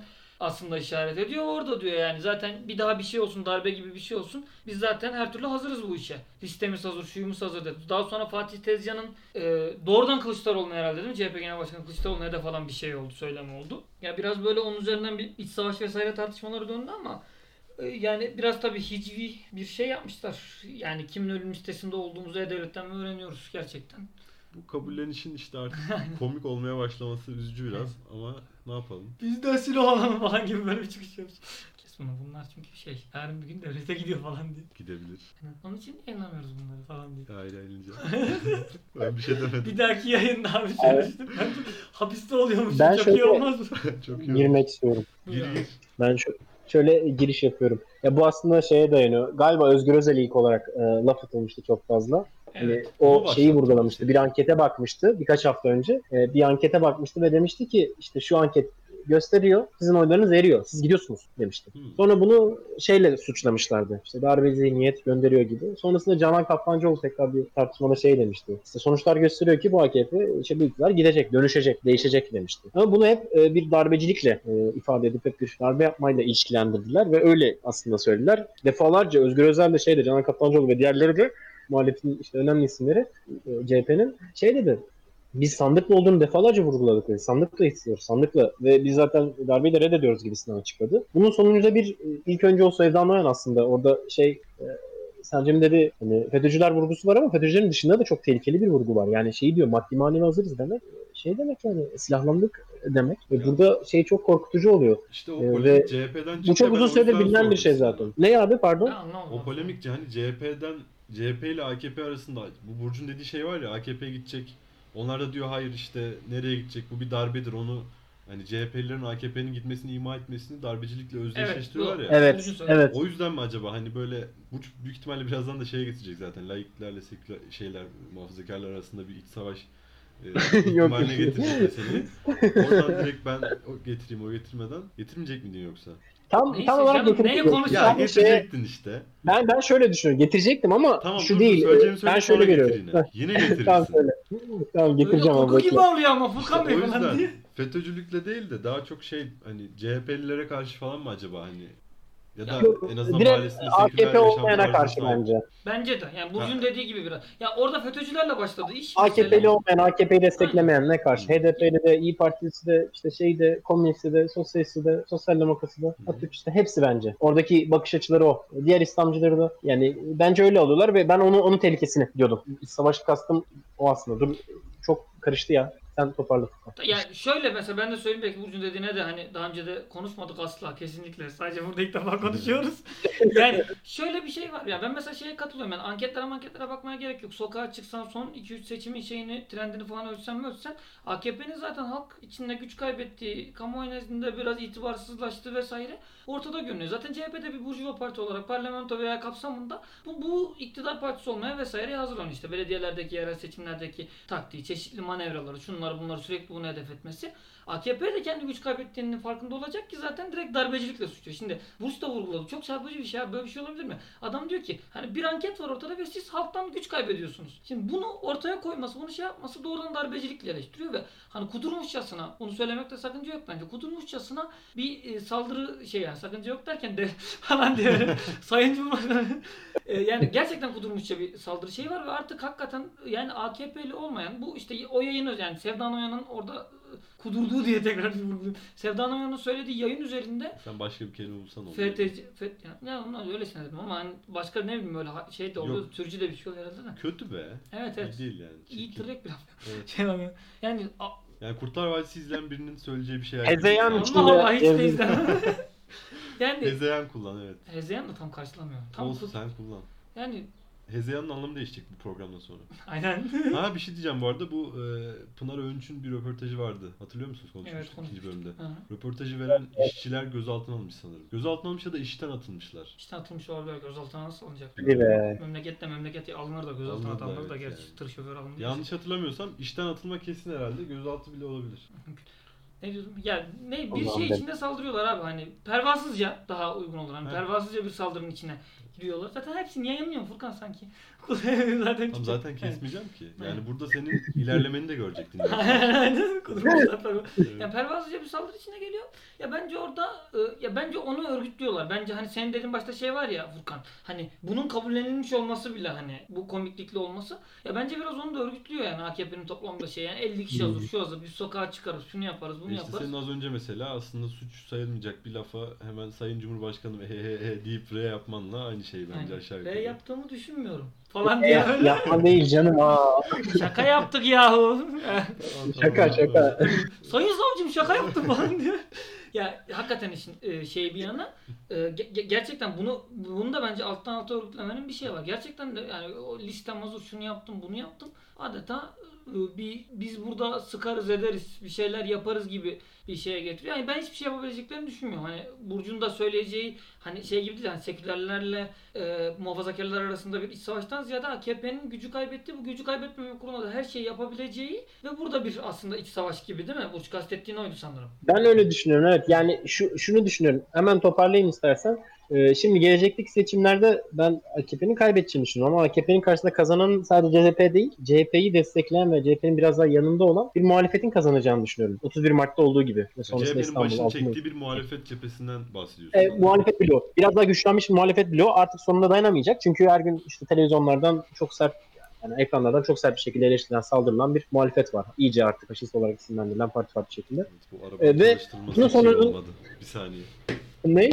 aslında işaret ediyor. Orada diyor yani zaten bir daha bir şey olsun, darbe gibi bir şey olsun. Biz zaten her türlü hazırız bu işe. Listemiz hazır, şuyumuz hazır dedi. Daha sonra Fatih Tezcan'ın doğrudan Kılıçdaroğlu'na herhalde değil mi? CHP Genel Başkanı Kılıçdaroğlu'na hedef falan bir şey oldu, söylemi oldu. Ya biraz böyle onun üzerinden bir iç savaş vesaire tartışmaları döndü ama yani biraz tabii hicvi bir şey yapmışlar. Yani kimin ölüm listesinde olduğumuzu E-Devlet'ten mi öğreniyoruz gerçekten? Bu kabullenişin işte artık komik olmaya başlaması üzücü biraz ama ne yapalım? Biz de silah alalım falan gibi böyle bir çıkış yapıyoruz. Kes bunu, bunlar çünkü şey, yarın bir gün devlete gidiyor falan diye. Gidebilir. Yani onun için yayınlamıyoruz bunları falan diye. Hayır eğlence. Ben bir şey demedim. Bir dahaki yayında abi söylemiştim. Ben hapiste oluyormuşum. Ben Çok şöyle- iyi olmaz mı? Çok iyi oldu. Girmek istiyorum. Buyur Gir abi. gir. Ben şöyle giriş yapıyorum. Ya bu aslında şeye dayanıyor. Galiba Özgür Özel ilk olarak laf atılmıştı çok fazla. Hani Evet. o Ama şeyi başlattı vurgulamıştı. bu Bir ankete bakmıştı birkaç hafta önce. Bir ankete bakmıştı ve demişti ki işte şu anket gösteriyor. Sizin oylarınız eriyor. Siz gidiyorsunuz demişti. Sonra bunu şeyle suçlamışlardı. İşte darbe zihniyet gönderiyor gibi. Sonrasında Canan Kaplancıoğlu tekrar bir tartışmada şey demişti. İşte sonuçlar gösteriyor ki bu AKP işte bu iktidar gidecek, dönüşecek, değişecek demişti. Ama bunu hep bir darbecilikle ifade edip hep bir darbe yapmayla ilişkilendirdiler ve öyle aslında söylediler. Defalarca Özgür Özel de şeyde Canan Kaplancıoğlu ve diğerleri de muhalefetin işte önemli isimleri CHP'nin şey dedi. Biz sandıkla olduğunu defalarca vurguladık dedi. Sandıkla istiyoruz. Sandıkla ve biz zaten darbeyi de reddediyoruz gibisinden açıkladı. Bunun sonucunda bir ilk önce o Sevda Noyan aslında orada Sancım dedi hani FETÖ'cüler vurgusu var ama FETÖ'cülerin dışında da çok tehlikeli bir vurgu var. Yani şey diyor maddi manevi hazırız demek. Şey demek yani silahlandık demek. Ve burada şey çok korkutucu oluyor. İşte o Ve polemik CHP'den çıktı. Bu çok Ben uzun o süredir yüzden bilinen bir sordum şey sana. zaten. Ne abi pardon? Ben anlamadım. O polemik hani CHP ile AKP arasında bu Burcu'nun dediği şey var ya AKP gidecek. Onlar da diyor hayır işte nereye gidecek bu bir darbedir onu hani CHP'lilerin AKP'nin gitmesini ima etmesini darbecilikle özdeşleştiriyorlar ya. Evet, evet. O yüzden mi acaba hani böyle bu büyük ihtimalle birazdan da şeye getirecek zaten laiklerle seküler şeyler muhafazakarlar arasında bir iç savaş ihtimaline getirecek meseleyi. Oradan direkt ben o getirmeden getirmeyecek miydin yoksa? Tam Neyse olarak canım, neye getirecektim. konuşacağız? Ya Yani getirecektin işte. ben şöyle düşünüyorum. Getirecektim ama Tamam şu dur, değil. söyleyeceğimi söyle Ben sonra şöyle getir görüyorum. yine. Yine getirirsin. Tamam söyle. Tamam getireceğim Öyle ama koku gibi bekle. oluyor ama Furkan Bey O falan yüzden diye. FETÖ'cülükle değil de daha çok şey hani CHP'lilere karşı falan mı acaba hani ya da Yok, en azından direkt mahallesinde AKP seküler yaşam olmayana tarzına karşı sahip. bence. Bence de. Yani Burcu'nun Ha. dediği gibi biraz. Ya orada FETÖ'cülerle başladı iş. AKP'li mesela. olmayan, AKP'yi desteklemeyenle karşı. Hı. HDP'li de, İyi Partisi de, işte şeyi de, Komünisti de, Sosyalisti de, Sosyal Demokrası da, Atatürkçü de hepsi bence. Oradaki bakış açıları o. Diğer İslamcıları da yani bence öyle alıyorlar ve ben onun tehlikesini diyordum. Savaş kastım o aslında. Dur çok karıştı ya. Sen toparla. Yani şöyle mesela ben de söyleyeyim belki Burcu'nun dediğine de hani daha önce de konuşmadık asla kesinlikle. Sadece burada ilk defa konuşuyoruz. Yani şöyle bir şey var ya ben mesela şeye katılıyorum. Yani anketlere bakmaya gerek yok. Sokağa çıksan son 2-3 seçimin şeyini trendini falan ölçsen AKP'nin zaten halk içinde güç kaybettiği, kamuoyu nezdinde biraz itibarsızlaştığı vesaire ortada görünüyor. Zaten CHP'de bir burjuva parti olarak parlamento veya kapsamında bu iktidar partisi olmaya vesaire hazırlanıyor. İşte belediyelerdeki, yerel seçimlerdeki taktiği, çeşitli manevraları, şunları bunları sürekli bunu hedef etmesi. AKP de kendi güç kaybettiğinin farkında olacak ki zaten direkt darbecilikle suçluyor. Şimdi Burs da vurguladı. Çok çarpıcı bir şey abi. Böyle bir şey olabilir mi? Adam diyor ki hani bir anket var ortada ve siz halktan güç kaybediyorsunuz. Şimdi bunu ortaya koyması, bunu şey yapması doğrudan darbecilikle eleştiriyor ve hani kudurmuşçasına, onu söylemekte sakınca yok bence. Kudurmuşçasına bir saldırı şey yani sakınca yok derken de falan diyorum. Sayın Cumhurbaşkanı yani gerçekten kudurmuşça bir saldırı şey var ve artık hakikaten yani AKP'li olmayan bu işte o yayını yani Sevda Noyan'ın orada kudurduğu diye tekrar bir vurgulayayım. Sevda Noyan'ın söylediği yayın üzerinde Sen başka bir kelime bulsan olur. yani onlar öylesine dedim ama hani başka ne bileyim böyle şey de oluyor. Yok. Türkçe de bir şey oluyor herhalde de. Kötü be. Evet evet. İyi değil yani. İyi Çirkin. tırnak bir laf. Evet. Şey oluyor. Yani Yani Kurtlar Vadisi izleyen birinin söyleyeceği bir şey. Hezeyan Allah içinde Allah hiç de evlilik. izlemem. Yani Hezeyan kullan evet. Hezeyan da tam karşılamıyor. Tam Olsun sen kullan. yani Hezeyanın anlamı değişecek bu programdan sonra. aynen. Ha bir şey diyeceğim bu arada bu Pınar Öğünç'ün bir röportajı vardı. Hatırlıyor musunuz konuşmuştuk Evet, ikinci bölümde. Hı. Röportajı veren işçiler gözaltına alınmış sanırım. Gözaltına alınmış ya da işten atılmışlar. İşte atılmış olabilir. Gözaltına nasıl alınacak? Hadi be. Memleket alınır da gözaltına Alınır da atılır da evet gerçi yani. tır şoförü alınır. Yanlış hatırlamıyorsam işten atılma kesin herhalde. Gözaltı bile olabilir. Ne diyordum? Ya ne bir Allah'ım şey ben- içinde saldırıyorlar abi hani pervasızca daha uygun olur. Hani Evet. pervasızca bir saldırının içine giriyorlar. Zaten hepsini yayınlıyor Furkan sanki. Zaten Tam zaten kesmeyeceğim ki. Yani burada senin ilerlemeni de görecektin. Aynen. Kudurmuşlar. Evet. Ya Pervaz Hoca bir saldırı içine geliyor. Ya bence orada ya bence onu örgütlüyorlar. Bence hani senin dediğin başta şey var ya Furkan. Hani bunun kabullenilmiş olması bile hani bu komiklikli olması. Ya bence biraz onu da örgütlüyor yani AKP'nin toplamda şey yani 50 kişi hazır, şu hazır, biz sokağa çıkarız, şunu yaparız, bunu İşte yaparız. senin az önce mesela aslında suç sayılmayacak bir lafa hemen Sayın Cumhurbaşkanım he deyip re yapmanla aynı şey bence Aynen. aşağı Ve yukarı. yaptığımı düşünmüyorum falan diye öyle. Yapma değil canım. Şaka yaptık yahu. Şaka. Sayın savcım şaka yaptım falan diyor. Ya hakikaten işin şeyi bir yana gerçekten bunu da bence alttan alta örgütlemenin bir şey var. Gerçekten de yani o listem hazır, şunu yaptım, bunu yaptım. Adeta biz burada sıkarız ederiz, bir şeyler yaparız gibi bir şeye getiriyor. Yani ben hiçbir şey yapabileceklerini düşünmüyorum. Hani Burcu'nun da söyleyeceği hani şey gibi değil, hani sekülerlerle muhafazakarlar arasında bir iç savaştan ziyade AKP'nin gücü kaybetti. Bu gücü kaybetmeme kurulunda da her şeyi yapabileceği ve burada bir aslında iç savaş gibi değil mi? Burç kastettiğin oydu sanırım. Ben öyle düşünüyorum, evet. Yani şunu düşünüyorum. Hemen toparlayayım istersen. Şimdi gelecekteki seçimlerde ben AKP'nin kaybedeceğini düşünüyorum ama AKP'nin karşısında kazanan sadece CHP değil, CHP'yi destekleyen ve CHP'nin biraz daha yanında olan bir muhalefetin kazanacağını düşünüyorum. 31 Mart'ta olduğu gibi. Ve sonrasında CHP'nin İstanbul, başını Altınoluk. çektiği bir muhalefet cephesinden bahsediyorsun. Muhalefet bloğu. Biraz daha güçlenmiş bir muhalefet bloğu artık sonunda dayanamayacak. Çünkü her gün işte televizyonlardan çok sert, yani ekranlardan çok sert bir şekilde eleştirilen, saldırılan bir muhalefet var. İyice artık faşist olarak isimlendirilen parti farklı şekilde. Evet, bu araba Ve çalıştırılması bunun hiç iyi sonucu- olmadı. Bir saniye. Ne?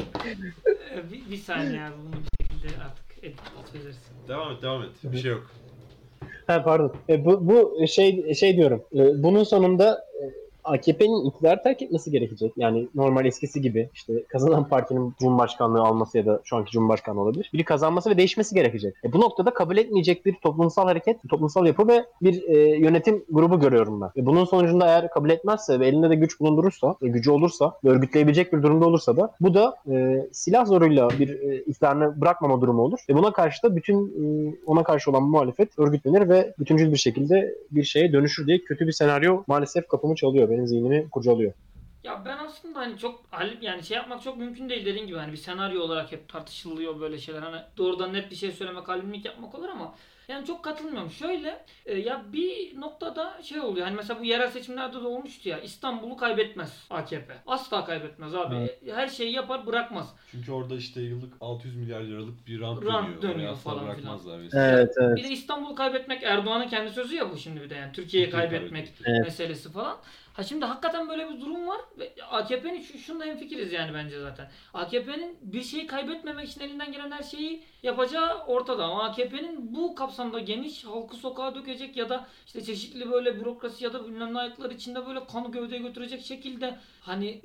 Bir saniye abi bunu bir şekilde artık çözeriz. Devam et. Bir şey yok. Pardon. Bu şey diyorum. Bunun sonunda AKP'nin iktidar terk etmesi gerekecek. Yani normal eskisi gibi işte kazanan partinin cumhurbaşkanlığı alması ya da şu anki cumhurbaşkanı olabilir. Biri kazanması ve değişmesi gerekecek. Bu noktada kabul etmeyecek bir toplumsal hareket, toplumsal yapı ve bir yönetim grubu görüyorum ben. Bunun sonucunda eğer kabul etmezse ve elinde de güç bulundurursa, gücü olursa ve örgütleyebilecek bir durumda olursa da bu da silah zoruyla bir iktidarını bırakmama durumu olur. Ve buna karşı da bütün ona karşı olan muhalefet örgütlenir ve bütüncül bir şekilde bir şeye dönüşür diye kötü bir senaryo maalesef kapımı çalıyor. Benim zihnimi kurcalıyor. Ya ben aslında hani çok yani şey yapmak çok mümkün değil dediğin gibi hani bir senaryo olarak hep tartışılıyor böyle şeyler. Hani doğrudan net bir şey söylemek, halimlik yapmak olur ama yani çok katılmıyorum. Şöyle ya bir noktada şey oluyor. Hani mesela bu yerel seçimlerde de olmuştu ya. İstanbul'u kaybetmez AKP. Asla kaybetmez abi. Evet. Her şeyi yapar bırakmaz. Çünkü orada işte yıllık 600 milyar liralık bir rant Rant dönüyor. dönüyor Oraya asla falan bırakmazlar vesaire. Evet. Bir de İstanbul'u kaybetmek Erdoğan'ın kendi sözü ya bu şimdi bir de yani. Türkiye'yi kaybetmek Evet. meselesi falan. Ha şimdi hakikaten böyle bir durum var ve AKP'nin şunda hemfikiriz yani bence zaten. AKP'nin bir şeyi kaybetmemek için elinden gelen her şeyi yapacağı ortada ama AKP'nin bu kapsamda geniş halkı sokağa dökecek ya da işte çeşitli böyle bürokrasi ya da bilmem ne ayaklar içinde böyle kanı gövdeye götürecek şekilde hani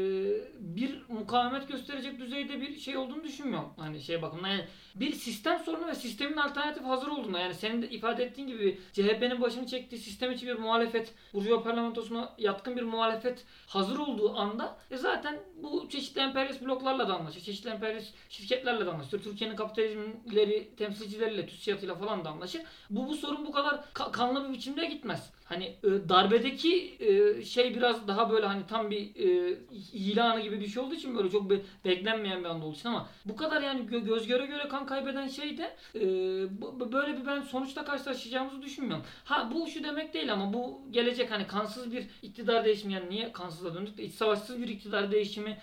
bir mukavemet gösterecek düzeyde bir şey olduğunu düşünmüyorum. Hani şey bakımından yani bir sistem sorunu ve sistemin alternatif hazır olduğunda yani senin de ifade ettiğin gibi CHP'nin başını çektiği sistem içi bir muhalefet, Burjuva parlamentosuna yatkın bir muhalefet hazır olduğu anda zaten bu çeşitli emperyalist bloklarla da anlaşır. Çeşitli emperyalist şirketlerle de anlaşır. Türkiye'nin kapitalizmleri temsilcileriyle, TÜSİAD'ıyla falan da anlaşır. Bu sorun bu kadar kanlı bir biçimde gitmez. Hani darbedeki şey biraz daha böyle hani tam bir ilanı gibi bir şey olduğu için böyle çok beklenmeyen bir anda olduğu için ama bu kadar yani göz göre göre kan kaybeden şey de böyle bir ben sonuçta karşılaşacağımızı düşünmüyorum. Ha bu şu demek değil ama bu gelecek hani kansız bir iktidar değişimi yani niye kansıza döndük de iç savaşsız bir iktidar değişimi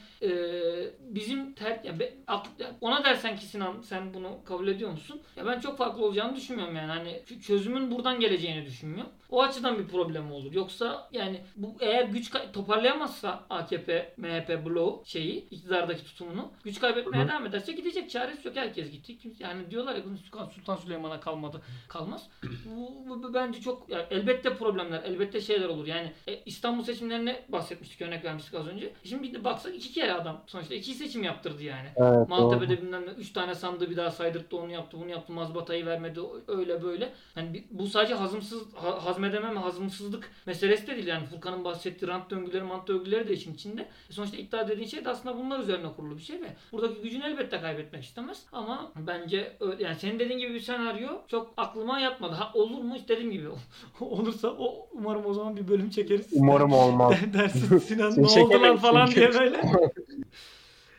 bizim ona dersen ki Sinan sen bunu kabul ediyor musun? Ya ben çok farklı olacağını düşünmüyorum yani hani çözümün buradan geleceğini düşünmüyorum. O açıdan bir problem olur. Yoksa yani bu eğer güç toparlayamazsa AKP, MHP bloğu şeyi, iktidardaki tutumunu güç kaybetmeye devam ederse gidecek. Çaresi yok. Herkes gitti. Yani diyorlar ya Sultan Süleyman'a kalmadı. Kalmaz. Bu bence çok yani elbette problemler, elbette şeyler olur. Yani İstanbul seçimlerine bahsetmiştik, örnek vermiştik az önce. Şimdi bir de baksak 2 kere adam sonuçta 2 seçim yaptırdı yani. Evet, Maltepe'de bilmem ne 3 tane sandığı bir daha saydırttı, onu yaptı, bunu yaptı, mazbatayı vermedi, öyle böyle. Yani bu sadece hazmedemem ve hazımsızlık meselesi de değil. Yani Furkan'ın bahsettiği rant döngüleri, mant döngüleri de işin içinde. Sonuçta iktidar dediğin şey de aslında bunlar üzerine kurulu bir şey ve buradaki gücünü elbette kaybetmek istemez. Ama bence yani senin dediğin gibi bir senaryo çok aklıma yatmadı. Ha olur mu? İşte dediğim gibi olursa umarım o zaman bir bölüm çekeriz. Umarım olmaz. Dersin Sinan ne Çekemeyiz oldu lan falan çünkü. diye böyle.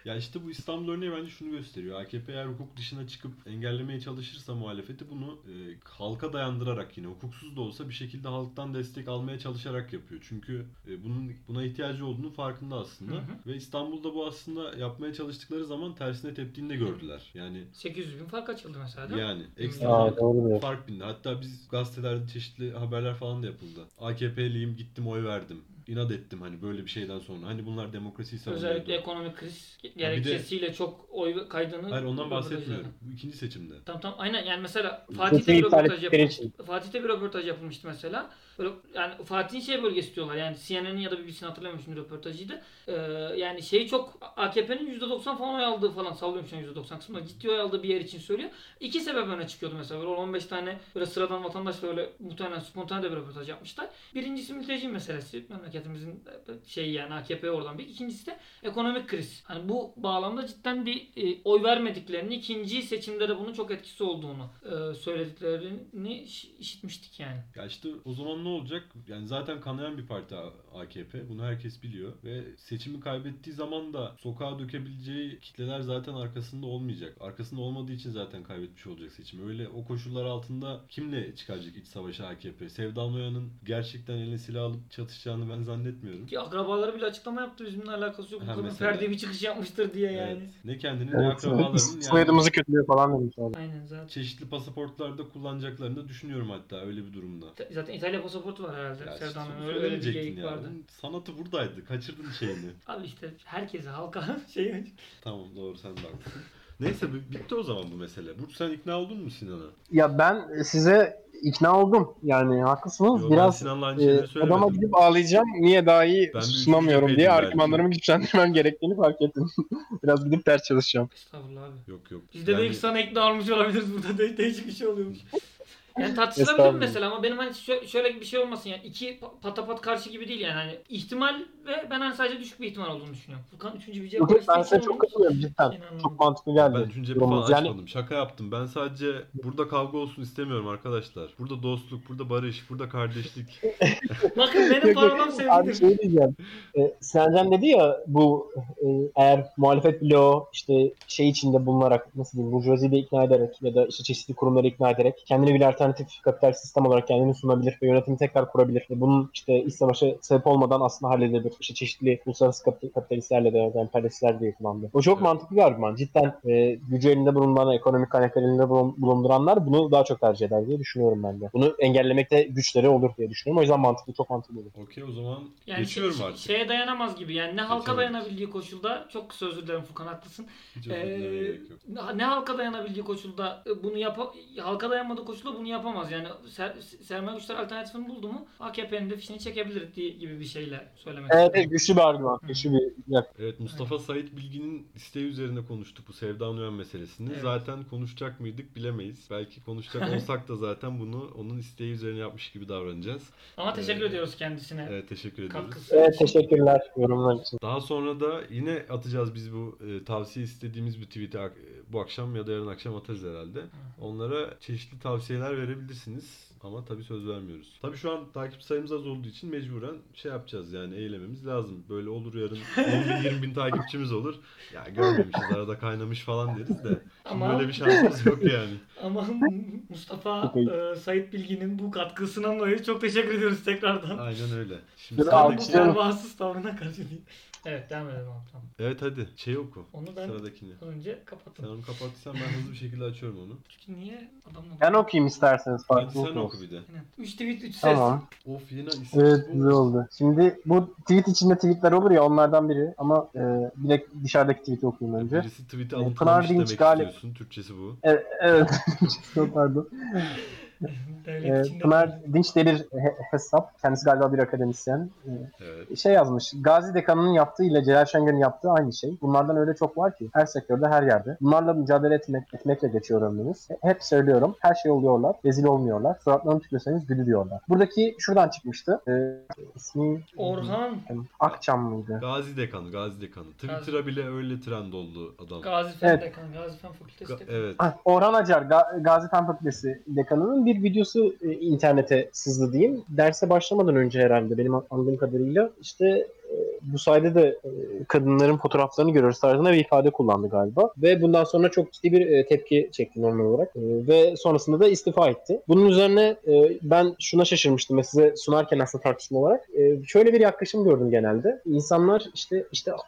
Ya işte bu İstanbul örneği bence şunu gösteriyor. AKP eğer hukuk dışına çıkıp engellemeye çalışırsa muhalefeti bunu halka dayandırarak yine hukuksuz da olsa bir şekilde halktan destek almaya çalışarak yapıyor. Çünkü buna ihtiyacı olduğunu farkında aslında. Hı hı. Ve İstanbul'da bu aslında yapmaya çalıştıkları zaman tersine teptiğini de gördüler. Yani 800 bin fark açıldı mesela değil mi? yani Aa, ekstra doğru diyor. fark bindi. Hatta biz gazetelerde çeşitli haberler falan da yapıldı. AKP'liyim, gittim oy verdim. İnat ettim hani böyle bir şeyden sonra. Hani bunlar demokrasiyi savunuyordu. Özellikle ekonomik kriz gerekçesiyle çok oy kaydığını... Hayır, ondan bahsetmiyorum. Bu ikinci seçimde. Tamam aynen, yani mesela Hı. Fatih'te bir iptal röportaj ettikleri yapılmıştı. Fatih'te bir röportaj yapılmıştı mesela. Böyle, yani Fatih'in şey bölgesi diyorlar, yani CNN'in ya da BBC'nin, hatırlamıyorum şimdi, röportajıydı. Yani şeyi çok, AKP'nin %90 falan oy aldığı falan, sallıyorum şu an %90 kısmında, ciddi oy aldığı bir yer için söylüyor. İki sebep öne çıkıyordu mesela. Böyle 15 tane böyle sıradan vatandaşla öyle muhtemelen spontane de bir röportaj yapmışlar. Birincisi mülteci meselesi. Memleketimizin şeyi, yani AKP oradan bir. İkincisi de ekonomik kriz. Hani bu bağlamda cidden bir oy vermediklerini, ikinci seçimde de bunun çok etkisi olduğunu söylediklerini işitmiştik yani. Ya işte o zaman ne olacak? Yani zaten kanayan bir parti AKP. Bunu herkes biliyor. Ve seçimi kaybettiği zaman da sokağa dökebileceği kitleler zaten arkasında olmayacak. Arkasında olmadığı için zaten kaybetmiş olacak seçimi. Öyle o koşullar altında kimle çıkaracak iç savaşı AKP? Sevda Noyan'ın gerçekten eline silah alıp çatışacağını ben zannetmiyorum. Ki akrabaları bile açıklama yaptı. Bizimle alakası yok. Bu Ha, kadın mesela. ferdi bir çıkış yapmıştır diye yani. Evet. Ne kendini ne Evet, akrabalarının yani soyadımızı kötülüyor falan demiş abi. Aynen zaten. çeşitli pasaportlarda kullanacaklarını da düşünüyorum hatta öyle bir durumda. Zaten İtalya pasaportu var herhalde. Ya Sevda'nın işte öyle bir söylemeyecektin geyik ya. vardı. Bunun sanatı buradaydı. Kaçırdın şeyini. Abi işte herkese, halka şey... Tamam, doğru, sen de haklısın. Neyse bitti o zaman bu mesele. Burç, sen ikna oldun mu Sinan'a? Ya ben size ikna oldum. Yani haklısınız. Yo, ben Biraz Sinan'la aynı şeyleri söylemedim. adama gidip ağlayacağım. Niye daha iyi Ben bir üçüncü sunamıyorum diye cepheydim belki. argümanlarımı güçlendirmem gerektiğini fark ettim. Biraz gidip ders çalışacağım. Estağfurullah abi. Yok yok. Biz de belki sana ikna olmuş olabiliriz burada. Değişik bir şey oluyormuş. Yani tartışılabilir Estağfurullah. mesela, ama benim hani şöyle bir şey olmasın yani, iki patapat karşı gibi değil yani, hani ihtimal ve ben hani sadece düşük bir ihtimal olduğunu düşünüyorum. Furkan üçüncü bir cevap Yok, ben açtığı size için çok katılıyorum cidden. şeyini anlamadım. Çok mantıklı Ben geldi. üçüncü cephe falan yorumunuz. Yani açmadım. Şaka yaptım. Ben sadece burada kavga olsun istemiyorum arkadaşlar. Burada dostluk, burada barış, burada kardeşlik. Bakın benim parolam Abi sevgidir. şey diyeceğim. Sinancan dedi ya bu eğer muhalefet bloğu işte şey içinde bulunarak, nasıl diyeyim, burjuvaziyi de ikna ederek ya da işte çeşitli kurumları ikna ederek kendine bir alternatif kapital sistem olarak kendini sunabilir ve yönetimi tekrar kurabilir. Bunun işte iç savaşa sebep olmadan aslında halledilebilir. İşte çeşitli uluslararası kapitalistlerle de emperyalistler diye kullandı. O çok Evet. mantıklı bir argüman. Cidden gücü elinde bulunduran, ekonomik kaynakları elinde bulunduranlar bunu daha çok tercih eder diye düşünüyorum ben de. Bunu engellemekte güçleri olur diye düşünüyorum. O yüzden mantıklı, çok mantıklı olur. Okey, o zaman Yani geçiyorum artık. şeye dayanamaz gibi yani, ne halka Geçemedik. dayanabildiği koşulda, çok kısa özür dilerim Furkan, haklısın. Hiç özür dilemeye gerek yok. Ne halka dayanabildiği koşulda bunu halka dayanmadığı koşulda bunu yapamaz. Yani sermaye güçler alternatifini buldu mu AKP'nin de fişini çekebilir diye gibi bir şeyle söylemek Evet, istiyorum. güçlü bir argüman. Güçlü bir Evet, Mustafa Sait Bilgin'in isteği üzerine konuştuk bu Sevda Noyan meselesini. Evet. Zaten konuşacak mıydık bilemeyiz. Belki konuşacak olsak da zaten bunu onun isteği üzerine yapmış gibi davranacağız. Ama teşekkür ediyoruz kendisine. Evet, teşekkür ediyoruz. Katkısı Evet, için. teşekkürler yorumlar için. Daha sonra da yine atacağız biz bu tavsiye istediğimiz bir tweet'i bu akşam ya da yarın akşam atarız herhalde. Onlara çeşitli tavsiyeler verebilirsiniz. Ama tabii söz vermiyoruz. Tabii şu an takip sayımız az olduğu için mecburen şey yapacağız, yani eylememiz lazım. Böyle olur yarın 10.000-20.000 takipçimiz olur. Ya görmemişiz, arada kaynamış falan deriz de. Şimdi Ama- böyle bir şansımız yok yani. Ama Mustafa Çok iyi. Sait Bilgin'in bu katkısından dolayı çok teşekkür ediyoruz tekrardan. Aynen öyle. Şimdi Dur, Bu sıradaki... alkışlayalım. pervasız tavrına karşı değil. Evet, devam edelim abi, tamam. Evet, hadi şey oku. Onu ben Sıradakini. önce Sen kapattım. onu kapattıysan ben hızlı bir şekilde açıyorum onu. Çünkü niye adamla... Ben okuyayım isterseniz. Hadi Farklı sen oku olsun. bir de. Aynen. 3 tweet 3 ses. Tamam. Of, yine isim Evet, bu. güzel oldu. Şimdi bu tweet içinde tweetler olur ya, onlardan biri ama bir de dışarıdaki tweet'i okuyayım önce. Birisi tweet'i Pınar alıntılamış Dinç demek galip. istiyorsun. Türkçesi bu. Evet. Çok pardon. Devlet içinde. Pınar Dinç diye bir hesap. Kendisi galiba bir akademisyen. Evet. Şey yazmış. Gazi Dekanı'nın yaptığı ile Celal Şengör'ün yaptığı aynı şey. Bunlardan öyle çok var ki. Her sektörde, her yerde. Bunlarla mücadele etmekle geçiyor ömrümüz. Hep söylüyorum. Her şey oluyorlar. Rezil olmuyorlar. Suratlarını tükürseniz gülü diyorlar. Buradaki şuradan çıkmıştı. İsmi Orhan Akçam mıydı? Gazi Dekanı. Twitter'a bile öyle trend oldu adam. Gazi Fen Evet. Dekanı, Gazi Fen Fakültesi Dekanı. Evet. Orhan Acar, Gazi Fen Fakültesi dekanının bir videosu internete sızdı diyeyim. Derse başlamadan önce herhalde benim anladığım kadarıyla işte bu sayede de kadınların fotoğraflarını görüyoruz tarzında bir ifade kullandı galiba. Ve bundan sonra çok ciddi bir tepki çekti normal olarak. Ve sonrasında da istifa etti. Bunun üzerine ben şuna şaşırmıştım ve size sunarken aslında tartışma olarak. Şöyle bir yaklaşım gördüm genelde. İnsanlar işte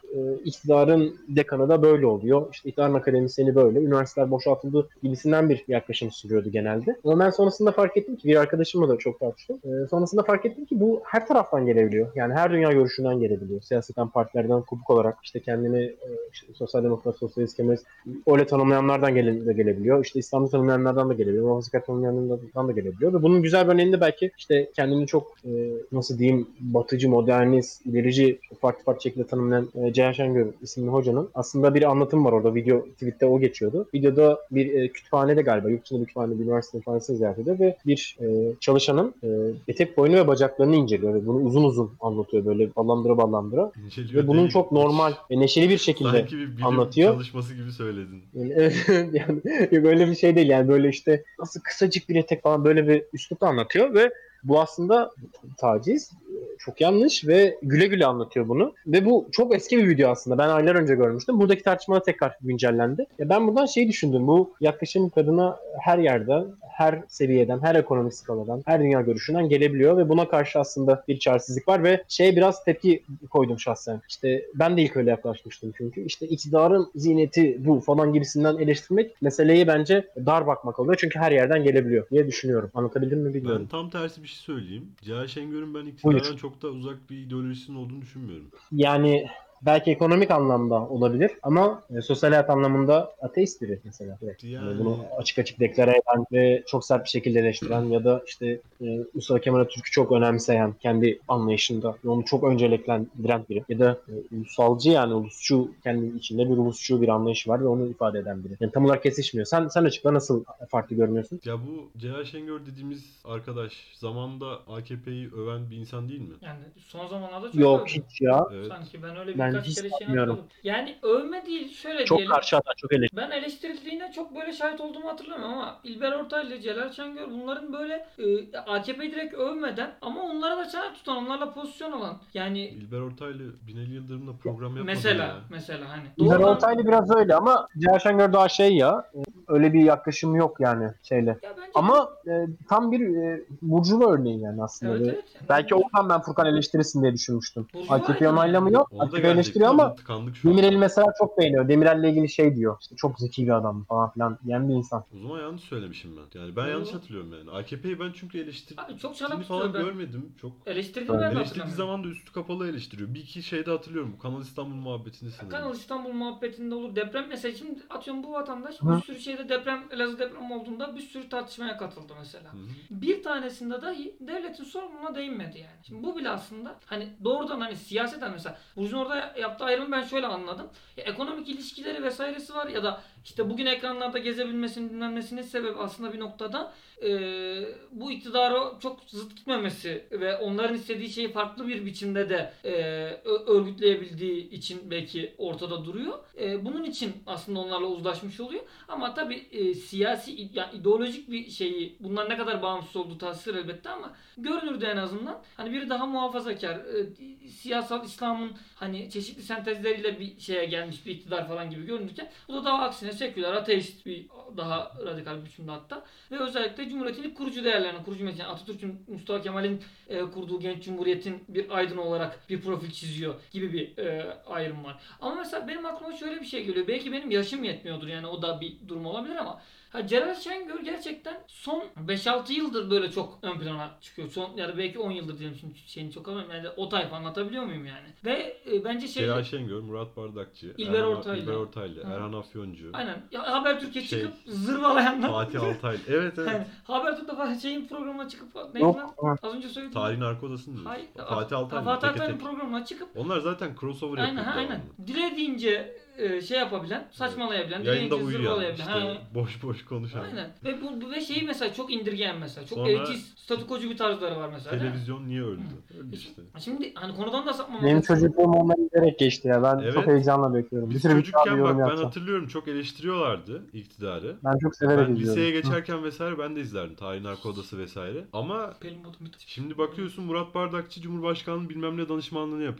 iktidarın dekanı da böyle oluyor. İşte iktidarın akademisyeni böyle. Üniversiteler boşaltıldı gibisinden bir yaklaşım sürüyordu genelde. Ama ben sonrasında fark ettim ki bir arkadaşımla da çok tartıştım. Sonrasında fark ettim ki bu her taraftan gelebiliyor. Yani her dünya görüşünden gelebiliyor. Siyasetten, partilerden kopuk olarak işte kendini işte sosyal demokrat, sosyalist, kemalist öyle tanımlayanlardan de gelebiliyor. İşte İslam'ı tanımlayanlardan da gelebiliyor. Muhafazakar tanımlayanlardan da gelebiliyor. Ve bunun güzel bir örneğini de belki işte kendini çok nasıl diyeyim batıcı, modernist, ilerici farklı şekilde tanımlayan Ceyhan Şengör isimli hocanın aslında bir anlatım var orada. Tweet'te o geçiyordu. Videoda bir kütüphanede galiba, yurt içinde bir kütüphanede, bir üniversite kütüphanesini ziyaret ediyor ve bir çalışanın etek boyunu ve bacaklarını inceliyor ve bunu uzun uzun anlatıyor böyle ballandıra. İnceliyor Ve bunun değil. çok normal ve neşeli bir şekilde Sanki bir bilim anlatıyor. çalışması gibi söyledin. Yani böyle bir şey değil yani böyle işte nasıl kısacık bir etek falan böyle bir üslupla anlatıyor ve bu aslında taciz. Çok yanlış ve güle güle anlatıyor bunu. Ve bu çok eski bir video aslında. Ben aylar önce görmüştüm. Buradaki tartışmalar tekrar güncellendi. Ben buradan şeyi düşündüm. Bu yaklaşım kadına her yerden, her seviyeden, her ekonomik skaladan, her dünya görüşünden gelebiliyor ve buna karşı aslında bir çaresizlik var ve biraz tepki koydum şahsen. İşte ben de ilk öyle yaklaşmıştım çünkü. İşte iktidarın ziyneti bu falan gibisinden eleştirmek meseleyi bence dar bakmak oluyor. Çünkü her yerden gelebiliyor diye düşünüyorum. Anlatabildim mi Ben bilmiyorum. tam tersi bir şey söyleyeyim. Cihal Şengör'ün ben Buyur. iktidardan çok da uzak bir ideolojisinin olduğunu düşünmüyorum. Yani belki ekonomik anlamda olabilir ama sosyal hayat anlamında ateist biri mesela. Evet. Yani bunu Yani açık açık deklare eden ve çok sert bir şekilde eleştiren ya da işte Mustafa Kemal Atatürk'ü çok önemseyen kendi anlayışında ve onu çok önceliklendiren biri. Ya da ulusalcı yani ulusçu kendi içinde bir ulusçu bir anlayışı var ve onu ifade eden biri. Yani tam olarak kesişmiyor. Sen açıkla nasıl farklı görmüyorsun? ya bu Cihal Şengör dediğimiz arkadaş zamanda AKP'yi öven bir insan değil mi? Yani son zamanlarda çok Yok övdü. hiç ya. Evet. Sanki ben öyle Ben birkaç hiç kere şeyini sanmıyorum. hatırladım. Yani övme değil şöyle Çok diyelim. karşı hatta çok eleştiri. Ben eleştirildiğine çok böyle şahit olduğumu hatırlamıyorum ama İlber Ortaylı, Celal Şengör bunların böyle AKP'yi direkt övmeden ama onlara da çanak tutan, onlarla pozisyon alan. Yani İlber Ortaylı Binali Yıldırım'la program yapmadı ya. mesela hani İlber doğrudan Ortaylı biraz öyle ama Cihal Şengör daha öyle bir yaklaşım yok yani şeyle. ya bence Ama tam bir Burjuva örneği yani aslında. evet Ve evet. Yani belki oradan ben Furkan eleştirirsin diye düşünmüştüm. AKP Burjuvaydı yani. onaylamıyor. Ona da AKP eleştiriyor gelecektim ama ama tıkandık şu Demirel'i anda. mesela çok beğeniyor. Demirel'le ilgili şey diyor. İşte çok zeki bir adam falan filan diyen bir insan. O zaman yanlış söylemişim ben. Yani ben yanlış hatırlıyorum yani. AKP'yi ben çünkü Abi çok eleştirdiğini çanak falan tutuyor ben. görmedim. Çok Eleştirdiğini ben de eleştirdiği hatırlamıyorum. zaman da üstü kapalı eleştiriyor. Bir iki şeyde hatırlıyorum. Bu Kanal İstanbul muhabbetinde sanırım. Kanal İstanbul muhabbetinde olur. Deprem mesela şimdi atıyorum bu vatandaş Hı. bir sürü şeyde deprem, Elazığ deprem olduğunda bir sürü tartışmaya katıldı mesela. Hı hı. Bir tanesinde dahi devletin sorumluluğuna değinmedi yani. Şimdi bu bile aslında hani doğrudan hani siyaseten mesela Burcu'nun orada yaptığı ayrımı ben şöyle anladım. Ya, ekonomik ilişkileri vesairesi var ya da işte bugün ekranlarda gezebilmesinin bilmem nesinin sebebi aslında bir noktada bu iktidara çok zıt gitmemesi ve onların istediği şeyi farklı bir biçimde de örgütleyebildiği için belki ortada duruyor. Bunun için aslında onlarla uzlaşmış oluyor. Ama tabii siyasi yani ideolojik bir şeyi bundan ne kadar bağımsız olduğu tartışılır elbette ama görünürde en azından hani biri daha muhafazakar siyasal İslam'ın hani çeşitli sentezleriyle bir şeye gelmiş bir iktidar falan gibi görünürken bu da daha aksine seküler, ateist bir daha radikal bir biçimde hatta ve özellikle Cumhuriyet'in ilk kurucu değerlerine, kurucu metin Atatürk'ün, Mustafa Kemal'in kurduğu genç cumhuriyetin bir aydın olarak bir profil çiziyor gibi bir ayrım var. Ama mesela benim aklıma şöyle bir şey geliyor. Belki benim yaşım yetmiyordur yani o da bir durum olabilir ama Celal Şengör gerçekten son 5-6 yıldır böyle çok ön plana çıkıyor. Son yani belki 10 yıldır diyelim şimdi şeyini çok alamıyorum. Yani o tayfa anlatabiliyor muyum yani? Ve bence Celal Şengör, Murat Bardakçı, İlber Ortaylı. İlber Ortaylı, Erhan Afyoncu. Aynen. Ya, Habertürk'e çıkıp zırvalayanlar. Fatih Altaylı. Evet evet. Yani, Habertürk'te falan şeyin programına çıkıp neydi Yok. lan? Az önce söyledim. Tarihin arka odasını diyorsun. Hayır. Fatih Altaylı. Fatih Teke Altaylı'nın tek. programına çıkıp Onlar zaten crossover aynen yapıyor. aynen. Dilediğince şey yapabilen, saçmalayabilen, Yayında dilediğince uyuyan, zırvalayabilen. işte boş boş konuşan. Aynen. Ve bu şeyi mesela çok indirgeyen mesela. Çok Sonra elitist, statükocu bir tarzları var mesela. Televizyon niye öldü? Öldü işte. Şimdi hani konudan da sapmamak Benim açısından- çocukluğum onunla giderek geçti ya. Ben çok Evet. heyecanla bekliyorum. Bir Biz sürü bir çocukken yorum bak ben yapacağım. hatırlıyorum çok eleştiriyorlardı iktidarı. Ben çok severek Ben izliyorum. liseye geçerken vesaire ben de izlerdim. Tarihin arka odası vesaire. Ama Benim modum bitti. şimdi bakıyorsun Murat Bardakçı Cumhurbaşkanlığı bilmem ne danışmanlığını yapıyor.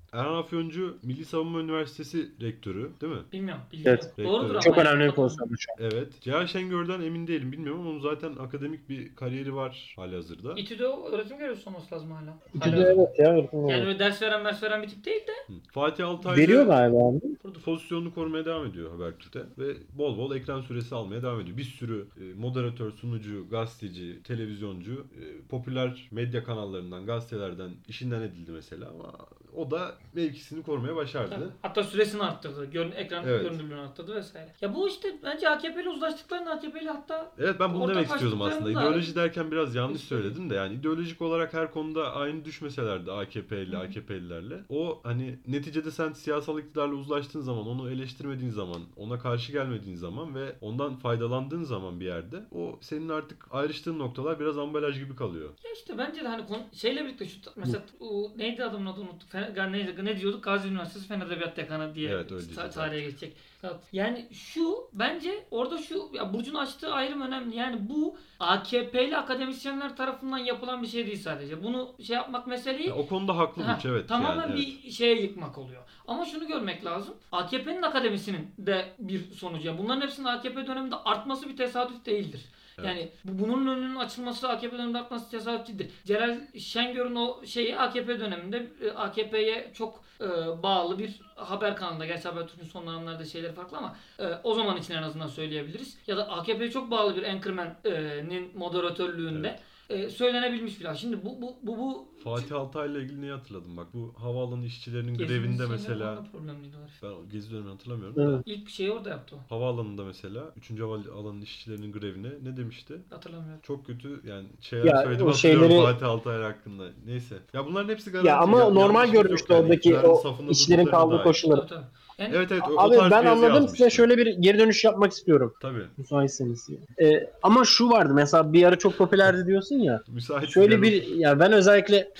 Erhan Afyoncu Milli Savunma Üniversitesi rektörü değil mi? Bilmiyorum. Evet. Bilmiyorum. Doğrudur ama. Çok yani. önemli bir pozisyonda şu an. Evet. Celal Şengör'den emin değilim bilmiyorum ama onun zaten akademik bir kariyeri var halihazırda. İTÜ'de o öğretim görevlisi olması lazım hala. İkisi de Hala. evet ya. Yani böyle ders veren bir tip değil de. Hı. Fatih Altaylı Veriyor galiba abi. pozisyonunu korumaya devam ediyor Habertürk'te ve bol bol ekran süresi almaya devam ediyor. Bir sürü moderatör, sunucu, gazeteci, televizyoncu, popüler medya kanallarından, gazetelerden işinden edildi mesela ama o da mevkisini korumaya başardı. Tabii. Hatta süresini arttırdı. Ekran Evet. görünürlüğünü arttırdı vesaire. Ya bu işte bence AKP'li uzlaştıklarını AKP'li hatta Evet ben bunu demek istiyordum aslında. ortaklaştıklarında- İdeoloji derken biraz yanlış söyledim de yani ideolojik olarak her konuda aynı düşmeselerdi AKP'li, AKP'lilerle. O hani neticede sen siyasal iktidarla uzlaştığın zaman, onu eleştirmediğin zaman, ona karşı gelmediğin zaman ve ondan faydalandığın zaman bir yerde o senin artık ayrıştığın noktalar biraz ambalaj gibi kalıyor. Ya işte bence de hani şeyle birlikte şu mesela o neydi adamın adını unuttuk. Ne diyorduk? Gazi Üniversitesi Fen Edebiyat Dekanı diye Evet, öyle diyeceğiz. tarihe geçecek. Yani şu bence orada şu ya Burcu'nun açtığı ayrım önemli. Yani bu AKP'li akademisyenler tarafından yapılan bir şey değil sadece. Bunu şey yapmak meseleyi Ya o konuda haklı Burç evet. tamamen yani, bir şeye yıkmak oluyor. Ama şunu görmek lazım. AKP'nin akademisinin de bir sonucu. Yani bunların hepsinin AKP döneminde artması bir tesadüf değildir. Evet. Yani bunun önünün açılması AKP döneminde artması tesadüf değildir. Celal Şengör'ün o şeyi AKP döneminde AKP'ye çok bağlı bir haber kanalında. Gerçi Habertürk'ün son dönemlerde şeyleri farklı ama o zaman için en azından söyleyebiliriz. Ya da AKP'ye çok bağlı bir Anchorman'in moderatörlüğünde söylenebilmiş bir laf. Şimdi bu Fatih Altaylı'yla ilgili neyi hatırladım bak bu havaalanı işçilerinin Gezi grevinde şeyleri mesela orada problemliydi o herif. ben o gezi dönemini hatırlamıyorum da Evet. İlk şeyi orada yaptı o. havaalanında mesela 3. havaalanı işçilerinin grevine ne demişti? Hatırlamıyorum. Çok kötü yani şeyler Ya, söyledim o hatırlıyorum şeyleri- Fatih Altaylı hakkında. Neyse. Ya bunların hepsi garanti. Ya ama normal yanlışımız yok görmüştü yani. oradaki İktidarın o safında işlerin durduklarına kaldığı dair. koşulları. Tabii. Yani Evet o Abi tarz ben bir yazı anladım, size yazmıştı. şöyle bir geri dönüş yapmak istiyorum. Tabii. Müsaitseniz. Ama şu vardı mesela bir ara çok popülerdi diyorsun ya. Müsait. Şöyle bir ya ben özellikle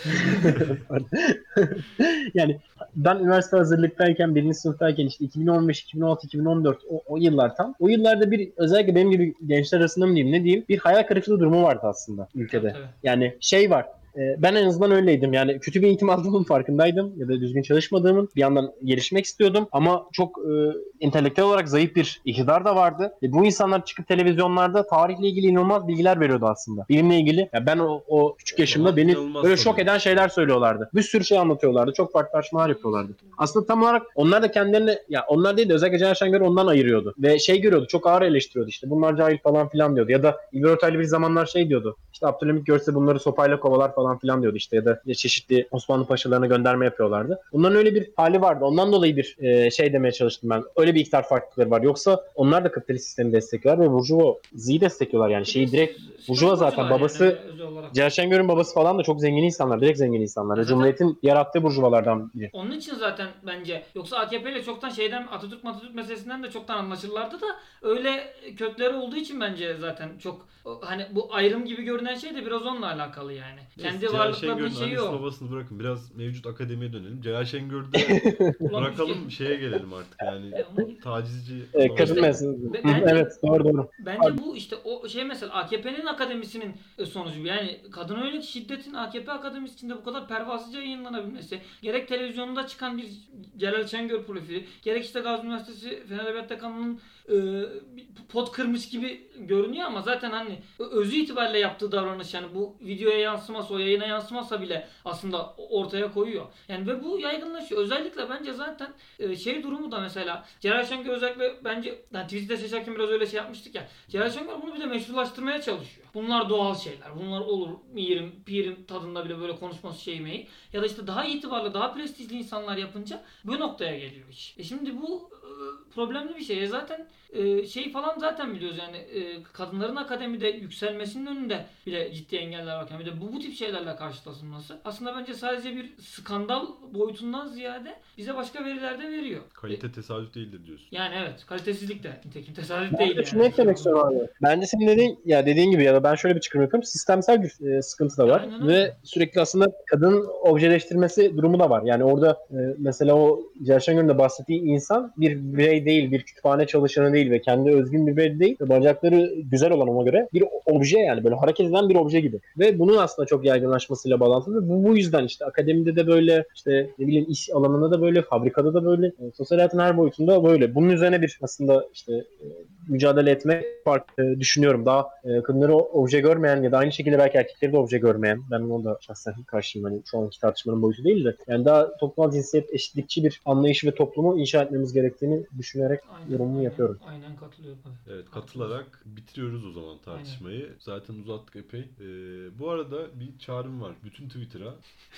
yani ben üniversite hazırlıktayken birinci sınıftayken işte 2015, 2016, 2014 o yıllar tam. O yıllarda bir özellikle benim gibi gençler arasında mı diyeyim ne diyeyim bir hayal kırıklığı durumu vardı aslında ülkede. Tabii. Yani şey var. Ben en azından öyleydim. Yani kötü bir eğitim aldığımın farkındaydım ya da düzgün çalışmadığımın. Bir yandan gelişmek istiyordum ama çok entelektüel olarak zayıf bir iktidar da vardı. Bu insanlar çıkıp televizyonlarda tarihle ilgili inanılmaz bilgiler veriyordu aslında. Bilimle ilgili. Ya ben o küçük yaşımda beni İnanılmaz böyle tabii. şok eden şeyler söylüyorlardı. Bir sürü şey anlatıyorlardı. Çok farklı tartışmalar yapıyorlardı. Aslında tam olarak onlar da kendilerini ya onlar değil de özellikle Celal Şengör ondan ayırıyordu. Ve şey görüyordu. Çok ağır eleştiriyordu işte. Bunlar cahil falan filan diyordu. Ya da İlber Ortaylı bir zamanlar şey diyordu. İşte Abdülhamit görse bunları sopayla kovalar falan filan diyordu işte. Ya da çeşitli Osmanlı paşalarına gönderme yapıyorlardı. Bunların öyle bir hali vardı. Ondan dolayı bir şey demeye çalıştım ben. Öyle bir iktidar farklılıkları var. Yoksa onlar da kapitalist sistemi destekliyorlar ve Burjuvazi'yi destekliyorlar yani. Şeyi direkt Burjuva zaten babası yani, özel olarak. Celal Şengör'ün babası falan da çok zengin insanlar. Direkt zengin insanlar. Zaten- Cumhuriyet'in yarattığı burjuvalardan biri. Onun için zaten bence yoksa AKP ile çoktan şeyden Atatürk meselesinden de çoktan anlaşırlardı da öyle kökleri olduğu için bence zaten çok hani bu ayrım gibi görünen şey de biraz onunla alakalı yani. Kendi Celal varlıklarının Şengör'ün şeyi annesini o. babasını bırakın. Biraz mevcut akademiye dönelim. Celal Şengör'de Ulan bırakalım şeye gelelim artık yani. ama- Tacizci. Kadın İşte- meselesi. Bence- Evet doğru. Bence bu işte o şey mesela AKP'nin akademisinin sonucu. Yani kadına yönelik şiddetin AKP akademisi içinde bu kadar pervasızca yayınlanabilmesi, gerek televizyonda çıkan bir Celal Şengör profili, gerek işte Gazi Üniversitesi Fen Edebiyat Dekanı'nın bir pot kırmış gibi görünüyor ama zaten hani özü itibariyle yaptığı davranış yani bu videoya yansımasa, o yayına yansımasa bile aslında ortaya koyuyor. Yani ve bu yaygınlaşıyor. Özellikle bence zaten şey durumu da mesela Celal Şengör özellikle bence yani Twitter'da seçerken biraz öyle şey yapmıştık ya. Celal Şengör bunu bir de meşrulaştırmaya çalışıyor. Bunlar doğal şeyler. Bunlar olur. Mirim, pirim tadında bile böyle konuşması şeymeyi. Ya da işte daha itibarlı, daha prestijli insanlar yapınca bu noktaya geliyor iş. Şimdi bu problemli bir şey. Zaten şey falan zaten biliyoruz yani kadınların akademide yükselmesinin önünde bile ciddi engeller var. Yani bir de bu tip şeylerle karşılaşılması aslında bence sadece bir skandal boyutundan ziyade bize başka veriler de veriyor. Kalite tesadüf değildir diyorsun. Yani evet kalitesizlik de nitekim tesadüf Ben değil de yani. şunu eklemek istiyorum abi. Bence senin dediğin gibi ya da ben şöyle bir çıkarım yapıyorum. Sistemsel bir sıkıntı da var. Aynen öyle. Ve sürekli aslında kadın objeleştirmesi durumu da var. Yani orada mesela o Cerşengör'ün de bahsettiği insan bir birey değil, bir kütüphane çalışanı değil ve kendi özgün bir birey değil. Bacakları güzel olan ona göre bir obje, yani böyle hareket eden bir obje gibi. Ve bunun aslında çok yaygınlaşmasıyla bağlantılı. Bu yüzden işte akademide de böyle, işte ne bileyim iş alanında da böyle, fabrikada da böyle, sosyal hayatın her boyutunda böyle. Bunun üzerine bir aslında işte mücadele etmek farklı düşünüyorum. Daha kadınları obje görmeyen ya da aynı şekilde belki erkekleri de obje görmeyen, ben ona da şahsen karşıyım, hani şu anki tartışmanın boyutu değil de, yani daha toplumsal cinsiyet eşitlikçi bir anlayışı ve toplumu inşa etmemiz gerektiğini düşünerek yorumumu yapıyorum. Aynen katılıyorum. Evet, katılarak bitiriyoruz o zaman tartışmayı. Zaten uzattık epey. Bu arada bir çağrım var bütün Twitter'a.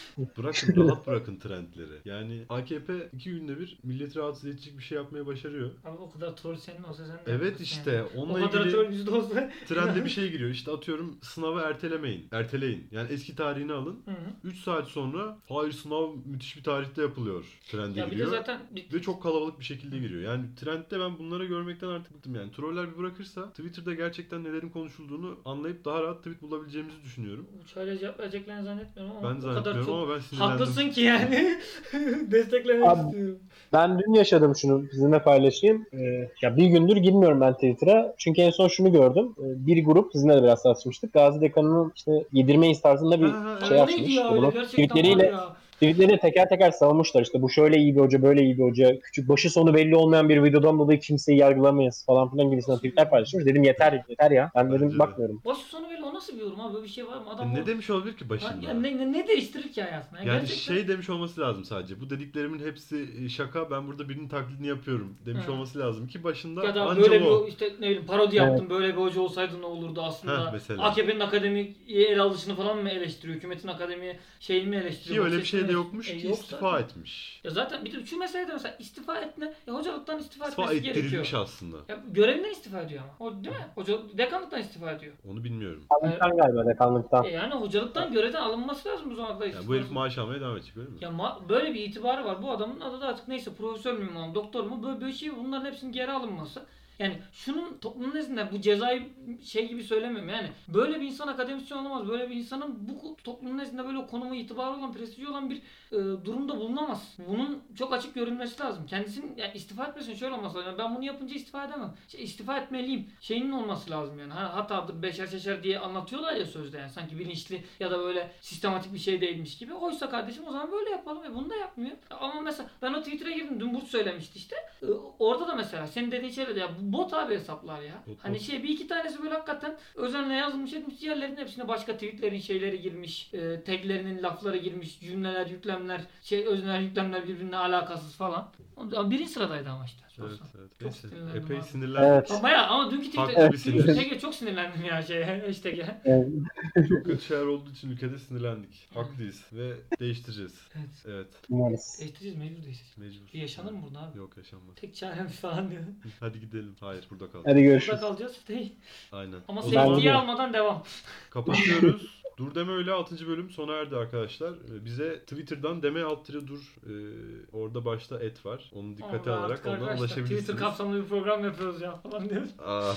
Rahat bırakın trendleri. Yani AKP 2 günde bir milleti rahatsız edecek bir şey yapmaya başarıyor. Abi o kadar troll senin olsa sen de Evet yaparsın işte yani. onunla O kadar ilgili troll bizde olsa. trende bir şey giriyor. İşte atıyorum sınavı ertelemeyin. Erteleyin. Yani eski tarihini alın. Hı hı. 3 saat sonra hayır sınav müthiş bir tarihte yapılıyor. Trende Ya bir de giriyor. zaten Ve çok kalabalık bir şekilde giriyor. Yani trendde ben bunları görmekten artık bıktım yani. Troller bir bırakırsa Twitter'da gerçekten nelerin konuşulduğunu anlayıp daha rahat tweet bulabileceğimizi düşünüyorum. uçağıyla cevap vereceklerini zannetmiyorum ama Ben o kadar zannetmiyorum çok ama ben sinirlendim. haklısın ki yani. Desteklemek Abi, istiyorum. Ben dün yaşadım, şunu sizinle paylaşayım. Ya bir gündür girmiyorum ben Twitter'a. Çünkü en son şunu gördüm. Bir grup, sizinle de biraz tartışmıştık. Gazi Dekanı'nın işte yedirmeyiz tarzında bir şey O neydi açmış. ya öyle Bunu gerçekten var tweetleriyle ya. tweetleri teker teker savunmuşlar. İşte bu şöyle iyi bir hoca, böyle iyi bir hoca. Küçük başı sonu belli olmayan bir videodan dolayı kimseyi yargılamayız falan filan gibisinden tweetler paylaşmış. Dedim yeter ya. Ben Bence dedim de. bakmıyorum. Başı sonu belli, o nasıl bir yorum abi? Böyle bir şey var mı? Adam Ne demiş olabilir ki başında? ne değiştirir ki hayatına? Yani Gerçekten. şey demiş olması lazım sadece. Bu dediklerimin hepsi şaka. Ben burada birinin taklidini yapıyorum demiş Hı. olması lazım ki başında Ya da anca böyle o. bir işte ne bileyim parodi yaptım, böyle bir hoca olsaydı ne olurdu aslında. Heh, mesela. AKP'nin akademiyi ele alışını falan mı eleştiriyor? Hükümetin akademiye şeyini mi eleştiriyor? Ki öyle bir şey de Bakış yokmuş açısını- ki yok istifa zaten. etmiş. Ya zaten bir de şu meselede mesela istifa etme, hocalıktan istifa İstifa etmesi ettirilmiş gerekiyor. aslında. Ya görevinden istifa ediyor ama. O değil mi? Hoca dekanlıktan istifa ediyor. Onu bilmiyorum. Dekanlıktan galiba, dekanlıktan. Yani hocalıktan görevden alınması lazım bu zamanda Yani istifa. bu herif maaş almaya devam edecek öyle mi? Ya böyle bir itibarı var. Bu adamın adı da artık neyse, profesör mü imam, doktor mu, böyle bir şey, bunların hepsinin geri alınması. Yani şunun toplumun nezdinde bu cezayı şey gibi söylemiyorum yani. Böyle bir insan akademisyen olamaz. Böyle bir insanın bu toplumun nezdinde böyle konumu, itibarı olan, prestijli olan bir durumda bulunamaz. Bunun çok açık görünmesi lazım. Kendisinin yani istifa etmesin şöyle olması lazım. Yani ben bunu yapınca istifa edemem. İstifa etmeliyim. Şeyinin olması lazım yani. Hatadır, beşer şeşer diye anlatıyorlar ya sözde yani. Sanki bilinçli ya da böyle sistematik bir şey değilmiş gibi. Oysa kardeşim o zaman böyle yapalım. Bunu da yapmıyor. Ama mesela ben o Twitter'a girdim. Dün Burt söylemişti işte. Orada da mesela senin dediğin şeyler ya, bot abi hesaplar ya. Bot. Hani bir iki tanesi böyle hakikaten özenle yazılmış etmiş. Diğerlerinin hepsine başka tweetlerin şeyleri girmiş. Taglerinin lafları girmiş. Cümleler, yüklemler, özneler, yüklemler birbirine alakasız falan. Birinci sıradaydı ama işte. Evet, evet. Çok Neyse. sinirlendim Epey abi. sinirlendik. Evet. Ama dünkü Haklı bir sinir. Twitter'da çok sinirlendim ya hashtag'e. Evet. Çok kötü şeyler olduğu için ülkede sinirlendik. Haklıyız ve değiştireceğiz. Evet. Evet. Umarız. Değiştireceğiz, mecbur değiştireceğiz. Mecbur. Bir yaşanır mı burada abi? Yok, yaşanmaz. Tek çaremiz falan diyor. Hadi gidelim. Hayır, burada kaldık. Hadi Burada görüşürüz. kalacağız. Değil. Aynen. Ama O zaman safety'yi de. almadan devam. kapatıyoruz. Dur Deme Öyle 6. bölüm sona erdi arkadaşlar. Bize Twitter'dan deme dur, orada başta et var. Onu dikkate Ama alarak artık ondan arkadaşlar ulaşabilirsiniz. Twitter kapsamlı bir program yapıyoruz ya falan diyoruz. Aa.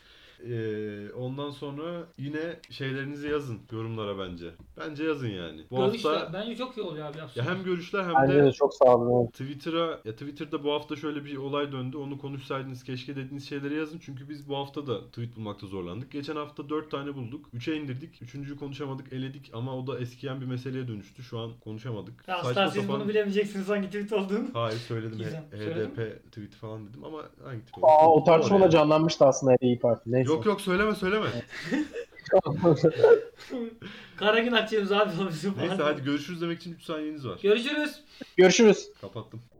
Ondan sonra yine şeylerinizi yazın yorumlara bence. Bence yazın yani. Bu Görüşler. hafta Bence çok iyi oluyor abi. ya hem görüşler hem Bence de de çok sağ olun. Twitter'da bu hafta şöyle bir olay döndü. Onu konuşsaydınız keşke dediğiniz şeyleri yazın. Çünkü biz bu hafta da tweet bulmakta zorlandık. Geçen hafta 4 tane bulduk. 3'e indirdik. 3.'yü konuşamadık, eledik ama o da eskiyen bir meseleye dönüştü. Şu an konuşamadık. Ya Saçma asla siz sapan- bunu bilemeyeceksiniz hangi tweet olduğunu. Hayır söyledim. Gizem. HDP tweet falan dedim ama hangi tweet O tartışma Doğru da canlanmıştı aslında İyi Parti. Neyse. Yok söyleme. Kara gün açıyoruz abi. Neyse hadi görüşürüz demek için 3 saniyeniz var. Görüşürüz. Görüşürüz. Kapattım.